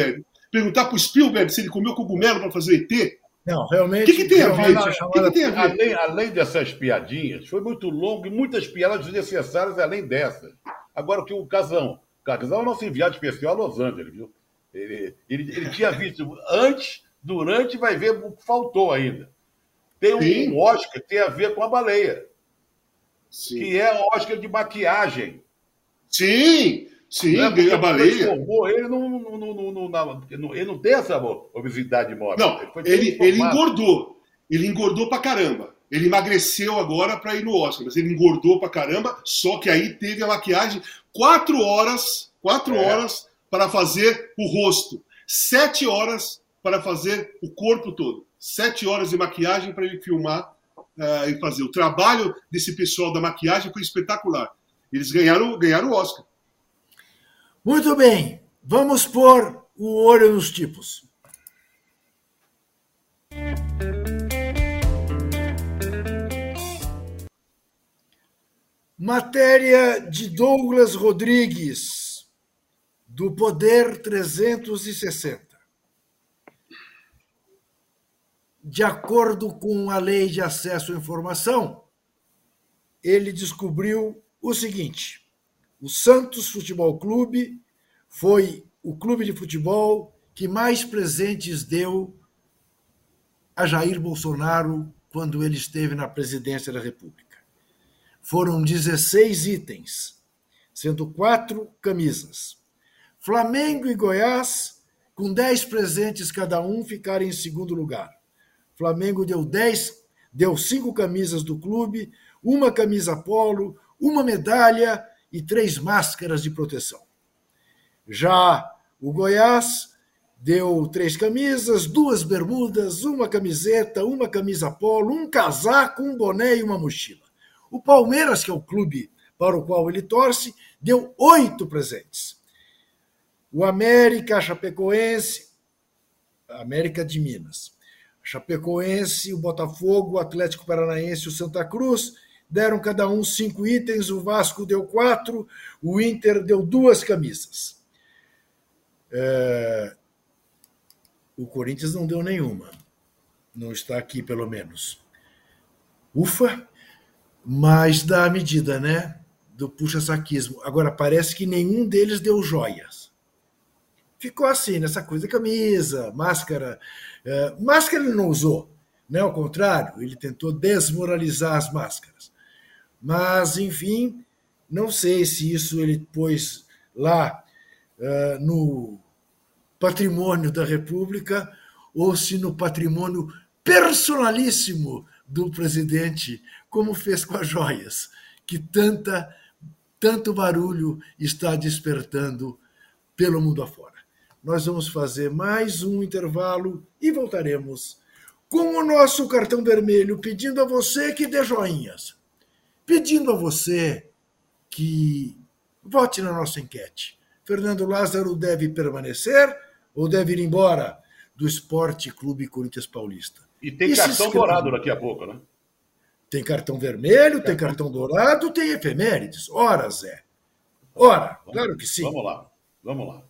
o Spielberg se ele comeu cogumelo para fazer ET. Não, realmente. O que tem a ver? Além dessas piadinhas, foi muito longo e muitas piadas desnecessárias além dessas. Agora, o Casão é o nosso enviado especial a Los Angeles, viu? Ele tinha visto antes, durante, vai ver o que faltou ainda. Tem um Oscar que tem a ver com a baleia. Sim. Que é o Oscar de maquiagem. Sim, ganhou a baleia. Ele não tem essa obesidade mórbida. Não, ele engordou. Ele engordou pra caramba. Ele emagreceu agora para ir no Oscar, mas ele engordou pra caramba, só que aí teve a maquiagem 4 horas para fazer o rosto, 7 horas para fazer o corpo todo. 7 horas de maquiagem para ele filmar e fazer. O trabalho desse pessoal da maquiagem foi espetacular. Eles ganharam o Oscar. Muito bem, vamos pôr o olho nos tipos. Matéria de Douglas Rodrigues, do Poder 360. De acordo com a Lei de Acesso à Informação, ele descobriu o seguinte: o Santos Futebol Clube foi o clube de futebol que mais presentes deu a Jair Bolsonaro quando ele esteve na presidência da República. Foram 16 itens, sendo 4 camisas. Flamengo e Goiás, com 10 presentes cada um, ficaram em segundo lugar. Flamengo deu 5 camisas do clube, 1 camisa polo, 1 medalha e 3 máscaras de proteção. Já o Goiás deu 3 camisas, 2 bermudas, 1 camiseta, 1 camisa polo, 1 casaco, 1 boné e 1 mochila. O Palmeiras, que é o clube para o qual ele torce, deu 8 presentes. O América, a Chapecoense, a América de Minas, a Chapecoense, o Botafogo, o Atlético Paranaense e o Santa Cruz deram cada um 5 itens, o Vasco deu 4, o Inter deu 2 camisas. O Corinthians não deu nenhuma. Não está aqui, pelo menos. Ufa! mas da medida, né? Do puxa-saquismo. Agora, parece que nenhum deles deu joias. Ficou assim, nessa coisa de camisa, máscara. Máscara ele não usou, né? Ao contrário, ele tentou desmoralizar as máscaras. Mas, enfim, não sei se isso ele pôs lá no patrimônio da República ou se no patrimônio personalíssimo do presidente, como fez com as joias, que tanto barulho está despertando pelo mundo afora. Nós vamos fazer mais um intervalo e voltaremos com o nosso cartão vermelho, pedindo a você que dê joinhas, pedindo a você que vote na nossa enquete. Fernando Lázaro deve permanecer ou deve ir embora do Esporte Clube Corinthians Paulista? E tem cartão dourado daqui a pouco, né? Tem cartão vermelho, tem cartão dourado, tem efemérides. Ora, Zé. Ora, claro que sim. Vamos lá.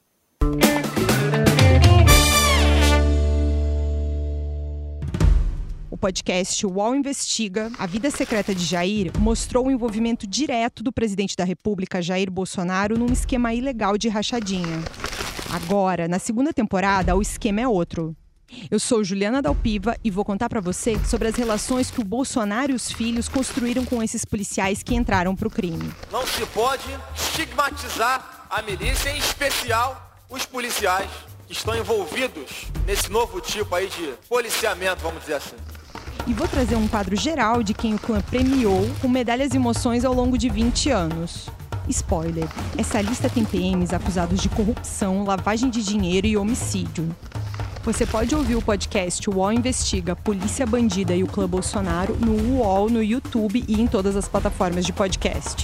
O podcast UOL Investiga, A Vida Secreta de Jair, mostrou o envolvimento direto do presidente da República, Jair Bolsonaro, num esquema ilegal de rachadinha. Agora, na segunda temporada, o esquema é outro. Eu sou Juliana Dalpiva e vou contar para você sobre as relações que o Bolsonaro e os filhos construíram com esses policiais que entraram para o crime. Não se pode estigmatizar a milícia, em especial os policiais que estão envolvidos nesse novo tipo aí de policiamento, vamos dizer assim. E vou trazer um quadro geral de quem o clã premiou com medalhas e emoções ao longo de 20 anos. Spoiler, essa lista tem PMs acusados de corrupção, lavagem de dinheiro e homicídio. Você pode ouvir o podcast UOL Investiga, Polícia Bandida e o Clã Bolsonaro no UOL, no YouTube e em todas as plataformas de podcast.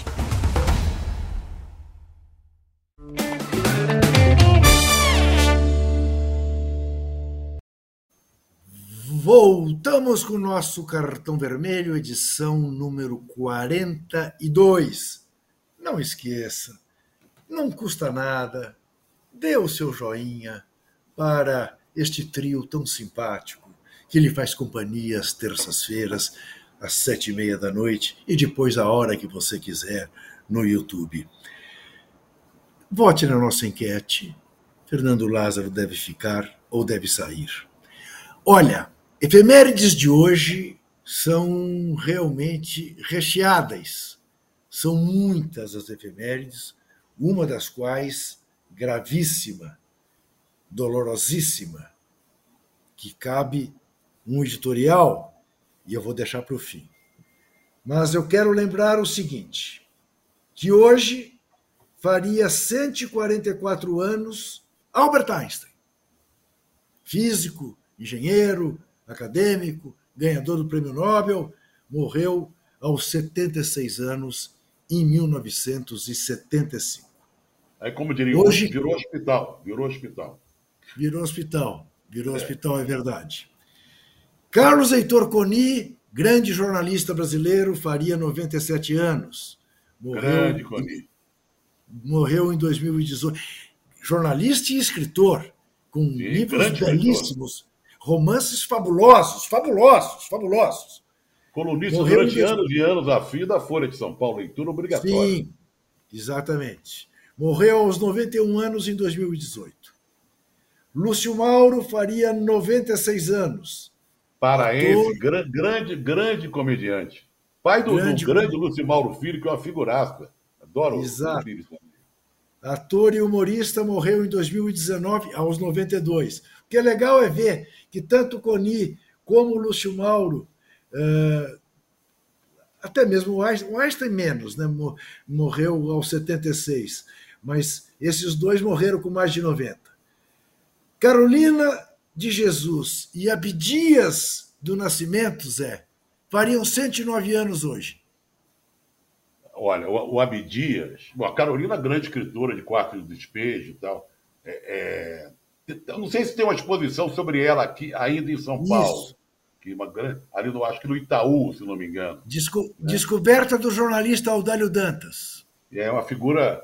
Voltamos com o nosso cartão vermelho, edição número 42. Não esqueça, não custa nada, dê o seu joinha para este trio tão simpático que lhe faz companhia às terças-feiras, às 7h30 da noite e depois a hora que você quiser no YouTube. Vote na nossa enquete. Fernando Lázaro deve ficar ou deve sair? Olha, efemérides de hoje são realmente recheadas. São muitas as efemérides, uma das quais gravíssima, dolorosíssima, que cabe um editorial e eu vou deixar para o fim. Mas eu quero lembrar o seguinte, que hoje faria 144 anos Albert Einstein, físico, engenheiro, acadêmico, ganhador do Prêmio Nobel, morreu aos 76 anos em 1975. Aí, como diria hoje, virou hospital. Virou hospital, é verdade. Carlos Heitor Coni, grande jornalista brasileiro, faria 97 anos. Grande Coni. Morreu em 2018. Jornalista e escritor, com livros belíssimos, romances fabulosos. Colunista durante anos e anos a fio da Folha de São Paulo, leitura obrigatória. Sim, exatamente. Morreu aos 91 anos em 2018. Lúcio Mauro faria 96 anos. Paraense, grande comediante. Pai do grande Lúcio Mauro Filho, que é uma figuraça. Adoro o Filho. Ator e humorista, morreu em 2019, aos 92. O que é legal é ver que tanto Coni como o Lúcio Mauro, até mesmo o Einstein menos, né? Morreu aos 76, mas esses dois morreram com mais de 90. Carolina de Jesus e Abdias do Nascimento, Zé, fariam 109 anos hoje. Olha, o Abdias, a Carolina, grande escritora de Quarto de Despejo e tal. Eu não sei se tem uma exposição sobre ela aqui, ainda em São Paulo. Que ali acho que no Itaú, se não me engano. Descoberta do jornalista Audálio Dantas. É uma figura...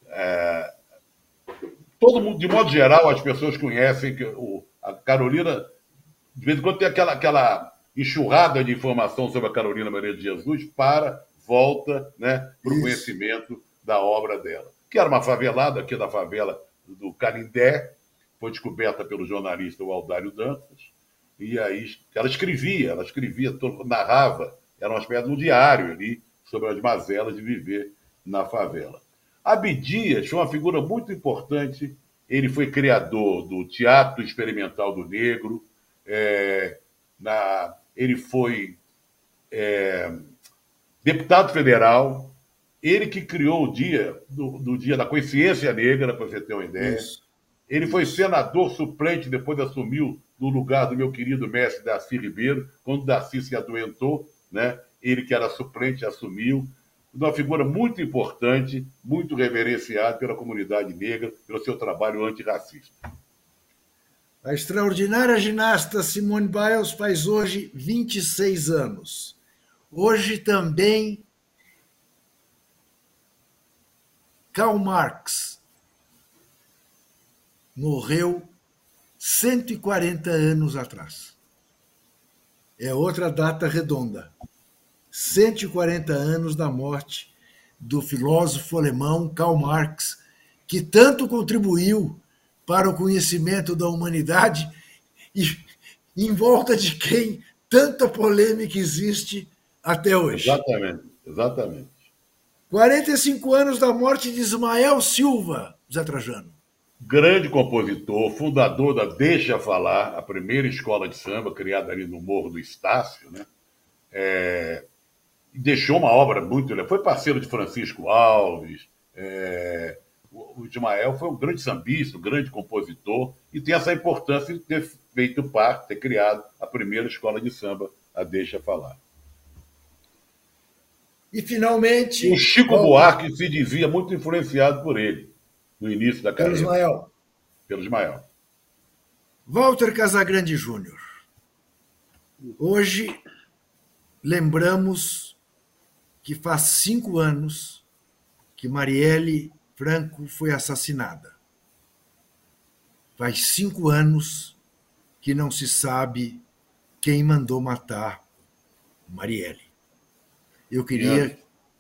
todo mundo, de modo geral, as pessoas conhecem que a Carolina, de vez em quando, tem aquela enxurrada de informação sobre a Carolina Maria de Jesus volta, né, para o conhecimento da obra dela. Que era uma favelada aqui da favela do Canindé, foi descoberta pelo jornalista Aldário Dantas, e aí ela escrevia, narrava, era uma espécie de um diário ali sobre as mazelas de viver na favela. Abdias foi uma figura muito importante, ele foi criador do Teatro Experimental do Negro, ele foi deputado federal, ele que criou o dia do Dia da Consciência Negra, para você ter uma ideia. Isso. Ele foi senador suplente, depois assumiu no lugar do meu querido mestre Darcy Ribeiro, quando Darcy se adoentou, né? Ele que era suplente assumiu. Uma figura muito importante, muito reverenciada pela comunidade negra, pelo seu trabalho antirracista. A extraordinária ginasta Simone Biles faz hoje 26 anos. Hoje também Karl Marx morreu 140 anos atrás. É outra data redonda. 140 anos da morte do filósofo alemão Karl Marx, que tanto contribuiu para o conhecimento da humanidade e em volta de quem tanta polêmica existe até hoje. Exatamente. 45 anos da morte de Ismael Silva, Zé Trajano. Grande compositor, fundador da Deixa Falar, a primeira escola de samba criada ali no Morro do Estácio, né? Deixou uma obra muito... Foi parceiro de Francisco Alves. O Ismael foi um grande sambista, um grande compositor, e tem essa importância de ter feito parte, ter criado a primeira escola de samba, a Deixa Falar. E, finalmente... O Chico Buarque se dizia muito influenciado por ele, no início da carreira. Pelo Ismael. Walter Casagrande Júnior. Hoje, lembramos que faz 5 anos que Marielle Franco foi assassinada. Faz 5 anos que não se sabe quem mandou matar Marielle. Eu queria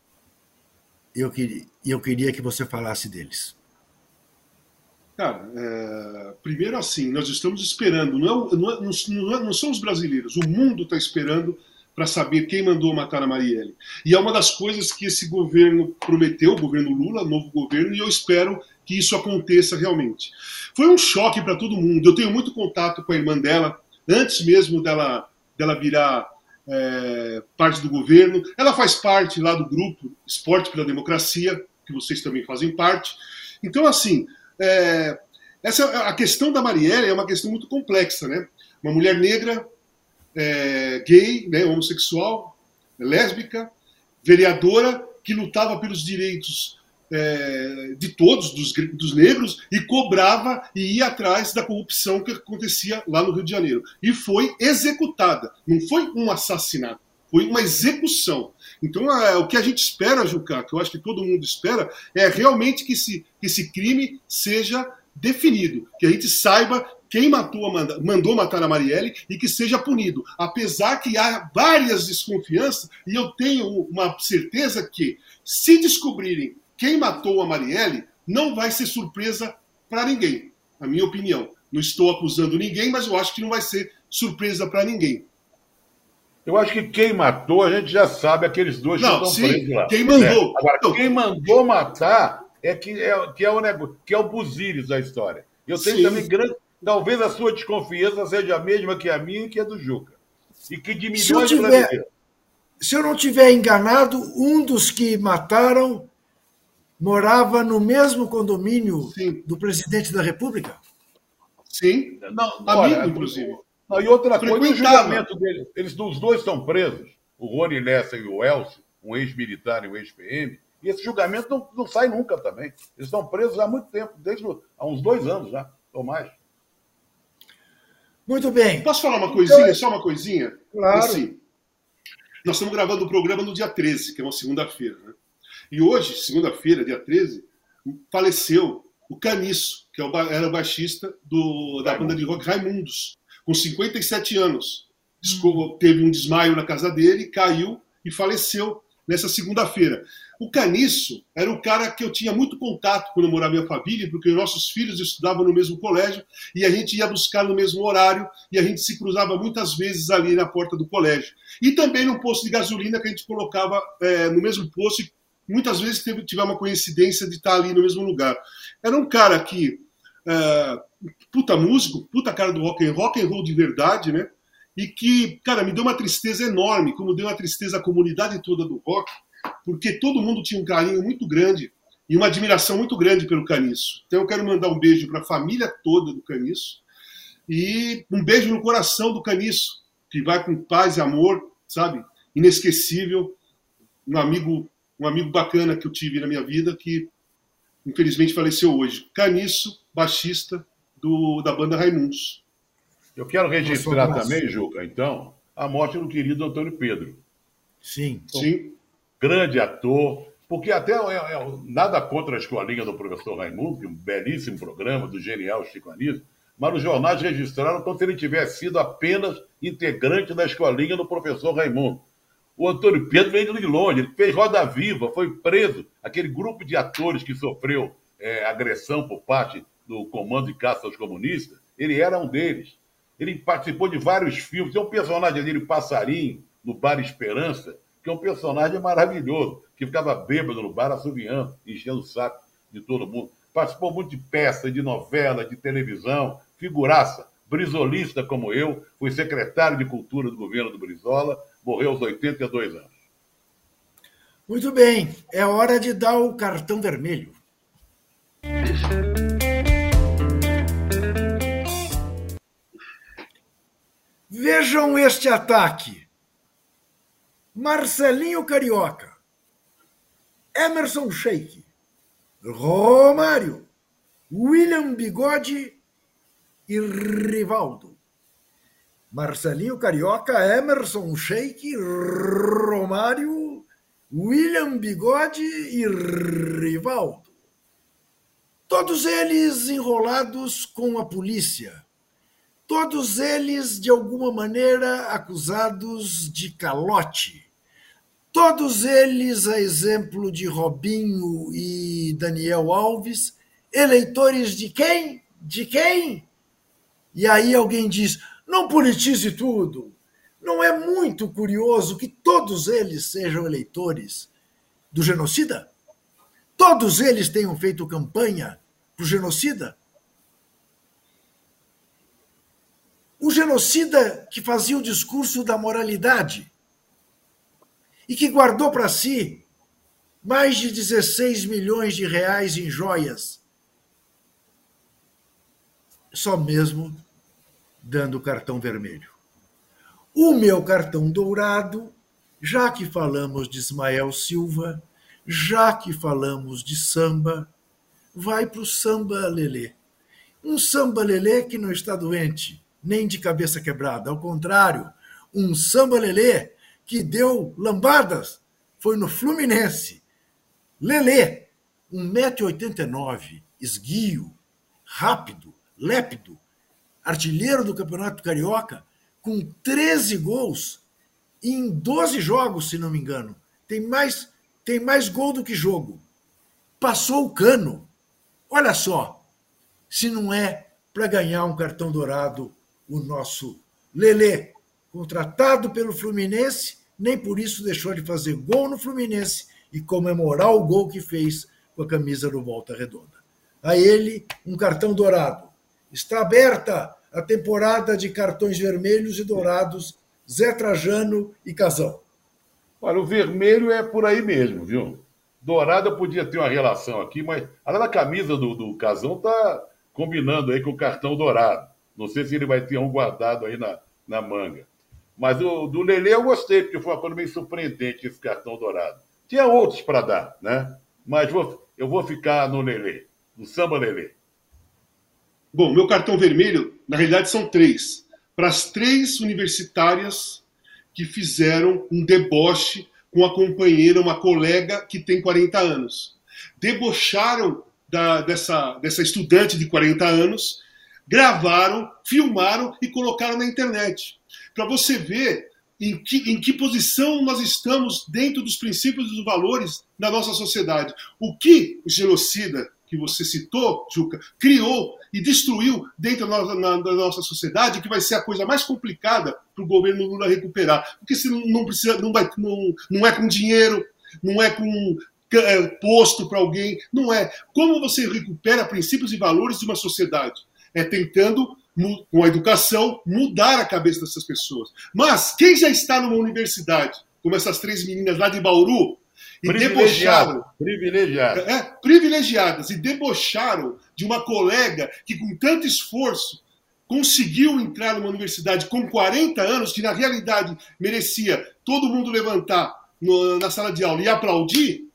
que você falasse deles. Cara, primeiro assim, nós estamos esperando, não são os brasileiros, o mundo está esperando para saber quem mandou matar a Marielle. E é uma das coisas que esse governo prometeu, o governo Lula, novo governo, e eu espero que isso aconteça realmente. Foi um choque para todo mundo. Eu tenho muito contato com a irmã dela, antes mesmo dela virar parte do governo. Ela faz parte lá do grupo Esporte pela Democracia, que vocês também fazem parte. Então, assim, a questão da Marielle é uma questão muito complexa, né? Uma mulher negra, gay, né, homossexual, lésbica, vereadora, que lutava pelos direitos de todos, dos negros, e cobrava e ia atrás da corrupção que acontecia lá no Rio de Janeiro. E foi executada. Não foi um assassinato, foi uma execução. Então, o que a gente espera, Jucá, que eu acho que todo mundo espera, é realmente que esse crime seja definido, que a gente saiba quem mandou matar a Marielle e que seja punido. Apesar que há várias desconfianças, e eu tenho uma certeza que, se descobrirem quem matou a Marielle, não vai ser surpresa para ninguém, na minha opinião. Não estou acusando ninguém, mas eu acho que não vai ser surpresa para ninguém. Eu acho que quem matou, a gente já sabe, aqueles dois que estão presos lá. Quem mandou. Agora, quem mandou matar é o Buzires da história. Eu tenho também grande... Talvez a sua desconfiança seja a mesma que a minha e que a do Juca. E que de milhões de brasileiros. Se eu não estiver enganado, um dos que mataram morava no mesmo condomínio do presidente da República? Sim. Amigo, inclusive. Não, e outra coisa, o julgamento deles. Os dois estão presos, o Rony Lessa e o Elcio, um ex-militar e um ex-PM, e esse julgamento não sai nunca também. Eles estão presos há muito tempo, há uns 2 anos já, ou mais. Muito bem. Posso falar uma coisinha? Só uma coisinha? Claro. Assim, nós estamos gravando o programa no dia 13, que é uma segunda-feira. Né? E hoje, segunda-feira, dia 13, faleceu o Caniço, que era o baixista da banda de rock Raimundos, com 57 anos. teve um desmaio na casa dele, caiu e faleceu nessa segunda-feira. O Caniço era o cara que eu tinha muito contato quando eu morava em Alphaville, porque nossos filhos estudavam no mesmo colégio e a gente ia buscar no mesmo horário e a gente se cruzava muitas vezes ali na porta do colégio. E também no posto de gasolina que a gente colocava no mesmo posto e muitas vezes tive uma coincidência de estar ali no mesmo lugar. Era um cara que, puta músico, puta cara do rock and roll de verdade, né? E que, cara, me deu uma tristeza enorme, como deu uma tristeza à comunidade toda do rock, porque todo mundo tinha um carinho muito grande e uma admiração muito grande pelo Caniço. Então eu quero mandar um beijo para a família toda do Caniço e um beijo no coração do Caniço, que vai com paz e amor, sabe? Inesquecível, um amigo bacana que eu tive na minha vida, que infelizmente faleceu hoje. Caniço, baixista da banda Raimundos. Eu quero registrar também, Juca, então, a morte do querido Antônio Pedro. Sim. Sim. Grande ator, porque até nada contra a escolinha do professor Raimundo, que é um belíssimo programa do genial Chico Anísio, mas os jornais registraram como se ele tivesse sido apenas integrante da escolinha do professor Raimundo. O Antônio Pedro veio de longe, ele fez Roda Viva, foi preso. Aquele grupo de atores que sofreu agressão por parte do Comando de Caça aos Comunistas, ele era um deles. Ele participou de vários filmes. Tem um personagem dele, Passarinho, no Bar Esperança, que é um personagem maravilhoso, que ficava bêbado no bar, assoviando, enchendo o saco de todo mundo. Participou muito de peças, de novela, de televisão, figuraça, brisolista como eu, foi secretário de Cultura do governo do Brizola, morreu aos 82 anos. Muito bem, é hora de dar o cartão vermelho. Vejam este ataque. Marcelinho Carioca, Emerson Sheik, Romário, William Bigode e Rivaldo. Marcelinho Carioca, Emerson Sheik, Romário, William Bigode e Rivaldo. Todos eles enrolados com a polícia. Todos eles, de alguma maneira, acusados de calote. Todos eles, a exemplo de Robinho e Daniel Alves, eleitores de quem? De quem? E aí alguém diz, não politize tudo. Não é muito curioso que todos eles sejam eleitores do genocida? Todos eles tenham feito campanha para o genocida? O genocida que fazia o discurso da moralidade e que guardou para si mais de 16 milhões de reais em joias, só mesmo dando cartão vermelho. O meu cartão dourado, já que falamos de Ismael Silva, já que falamos de samba, vai para o samba lelê. Um samba lelê que não está doente, nem de cabeça quebrada. Ao contrário, um samba lelê que deu lambadas. Foi no Fluminense. Lelê, 1,89 m, esguio, rápido, lépido, artilheiro do Campeonato Carioca, com 13 gols em 12 jogos, se não me engano. Tem mais gol do que jogo. Passou o cano. Olha só, se não é para ganhar um cartão dourado o nosso Lelê, contratado pelo Fluminense, nem por isso deixou de fazer gol no Fluminense e comemorar o gol que fez com a camisa do Volta Redonda. A ele, um cartão dourado. Está aberta a temporada de cartões vermelhos e dourados, Zé Trajano e Casão. Olha, o vermelho é por aí mesmo, viu? Dourada podia ter uma relação aqui, mas a camisa do Casão está combinando aí com o cartão dourado. Não sei se ele vai ter um guardado aí na manga. Mas o do Lelê eu gostei, porque foi uma coisa meio surpreendente esse cartão dourado. Tinha outros para dar, né? Mas eu vou ficar no Lelê, no samba Lelê. Bom, meu cartão vermelho, na realidade, são 3. Para as 3 universitárias que fizeram um deboche com a companheira, uma colega que tem 40 anos. Debocharam dessa estudante de 40 anos, gravaram, filmaram e colocaram na internet. para você ver em que posição nós estamos dentro dos princípios e dos valores da nossa sociedade. O que o genocida que você citou, Juca, criou e destruiu dentro da nossa sociedade, que vai ser a coisa mais complicada para o governo Lula recuperar. Porque se não é com dinheiro, não é com posto para alguém, não é. Como você recupera princípios e valores de uma sociedade? É tentando, com a educação, mudar a cabeça dessas pessoas. Mas quem já está numa universidade, como essas 3 meninas lá de Bauru, e debocharam. Privilegiadas. E debocharam de uma colega que, com tanto esforço, conseguiu entrar numa universidade com 40 anos, que na realidade merecia todo mundo levantar na sala de aula e aplaudir,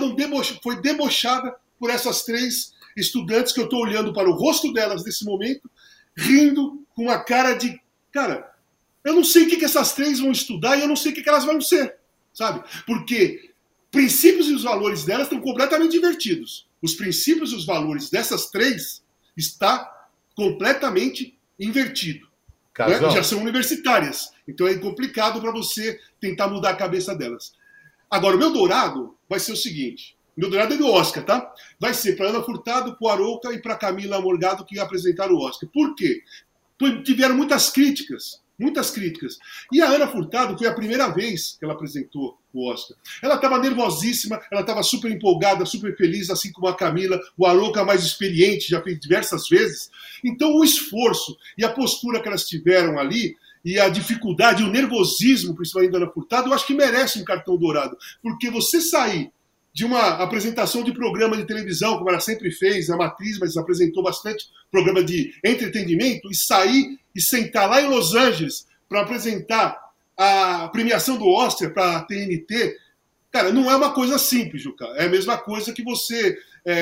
foi debochada por essas 3 estudantes que eu estou olhando para o rosto delas nesse momento, rindo com uma cara de... Cara, eu não sei o que essas 3 vão estudar e eu não sei o que elas vão ser, sabe? Porque princípios e os valores delas estão completamente invertidos. Os princípios e os valores dessas 3 está completamente invertido. Né? Já são universitárias. Então é complicado para você tentar mudar a cabeça delas. Agora, o meu dourado vai ser o seguinte. O meu dourado é do Oscar, tá? Vai ser para Ana Furtado, para o Arouca e para Camila Morgado, que apresentaram o Oscar. Por quê? Porque tiveram muitas críticas. E a Ana Furtado foi a primeira vez que ela apresentou o Oscar. Ela estava nervosíssima, ela estava super empolgada, super feliz, assim como a Camila, o Arouca mais experiente, já fez diversas vezes. Então o esforço e a postura que elas tiveram ali, e a dificuldade, o nervosismo, principalmente da Ana Furtado, eu acho que merece um cartão dourado. Porque você sair de uma apresentação de programa de televisão, como ela sempre fez, a Matriz, mas apresentou bastante programa de entretenimento, e sair e sentar lá em Los Angeles para apresentar a premiação do Oscar para a TNT, cara, não é uma coisa simples, Juca. É a mesma coisa que você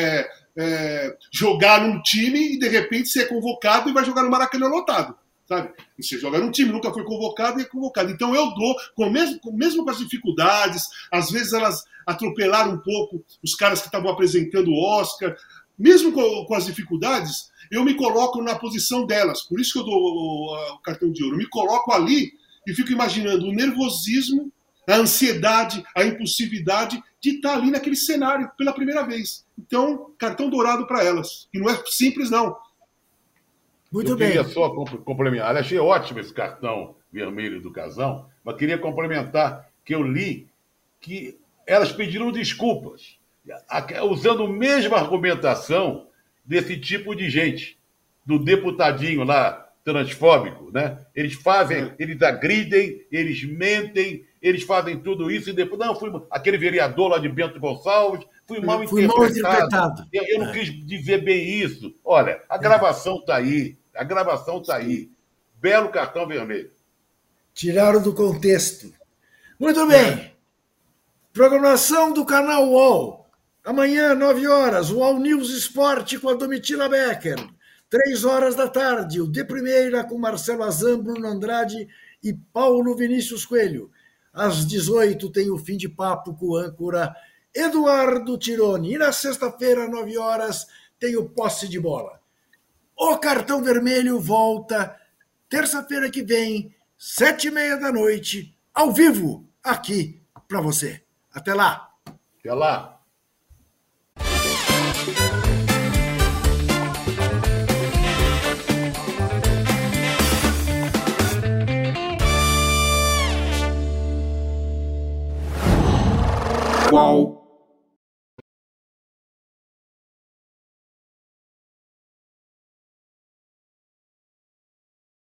jogar num time e de repente ser convocado e vai jogar no Maracanã lotado. Sabe? E você joga num time, nunca foi convocado e é convocado. Então eu dou, mesmo com as dificuldades, às vezes elas atropelaram um pouco os caras que estavam apresentando o Oscar, mesmo com as dificuldades, eu me coloco na posição delas. Por isso que eu dou o cartão de ouro. Eu me coloco ali e fico imaginando o nervosismo, a ansiedade, a impulsividade de estar ali naquele cenário pela primeira vez. Então, cartão dourado para elas. E não é simples, não. Muito bem. Eu queria só complementar. Eu achei ótimo esse cartão vermelho do Casão, mas queria complementar que eu li que elas pediram desculpas, usando a mesma argumentação desse tipo de gente, do deputadinho lá, transfóbico, né? Eles agridem, eles mentem, eles fazem tudo isso e depois... Não, aquele vereador lá de Bento Gonçalves, fui mal interpretado. Eu não quis dizer bem isso. Olha, a gravação está aí. A gravação está aí. Belo cartão vermelho. Tiraram do contexto. Muito bem. Programação do canal UOL. Amanhã, 9 horas, o UOL News Esporte com a Domitila Becker. 3 horas da tarde, o De Primeira com Marcelo Azam, Bruno Andrade e Paulo Vinícius Coelho. Às 18 tem o Fim de Papo com o âncora Eduardo Tironi. E na sexta-feira, 9 horas, tem o Posse de Bola. O Cartão Vermelho volta terça-feira que vem, 7h30 da noite, ao vivo, aqui para você. Até lá. Até lá. Uau.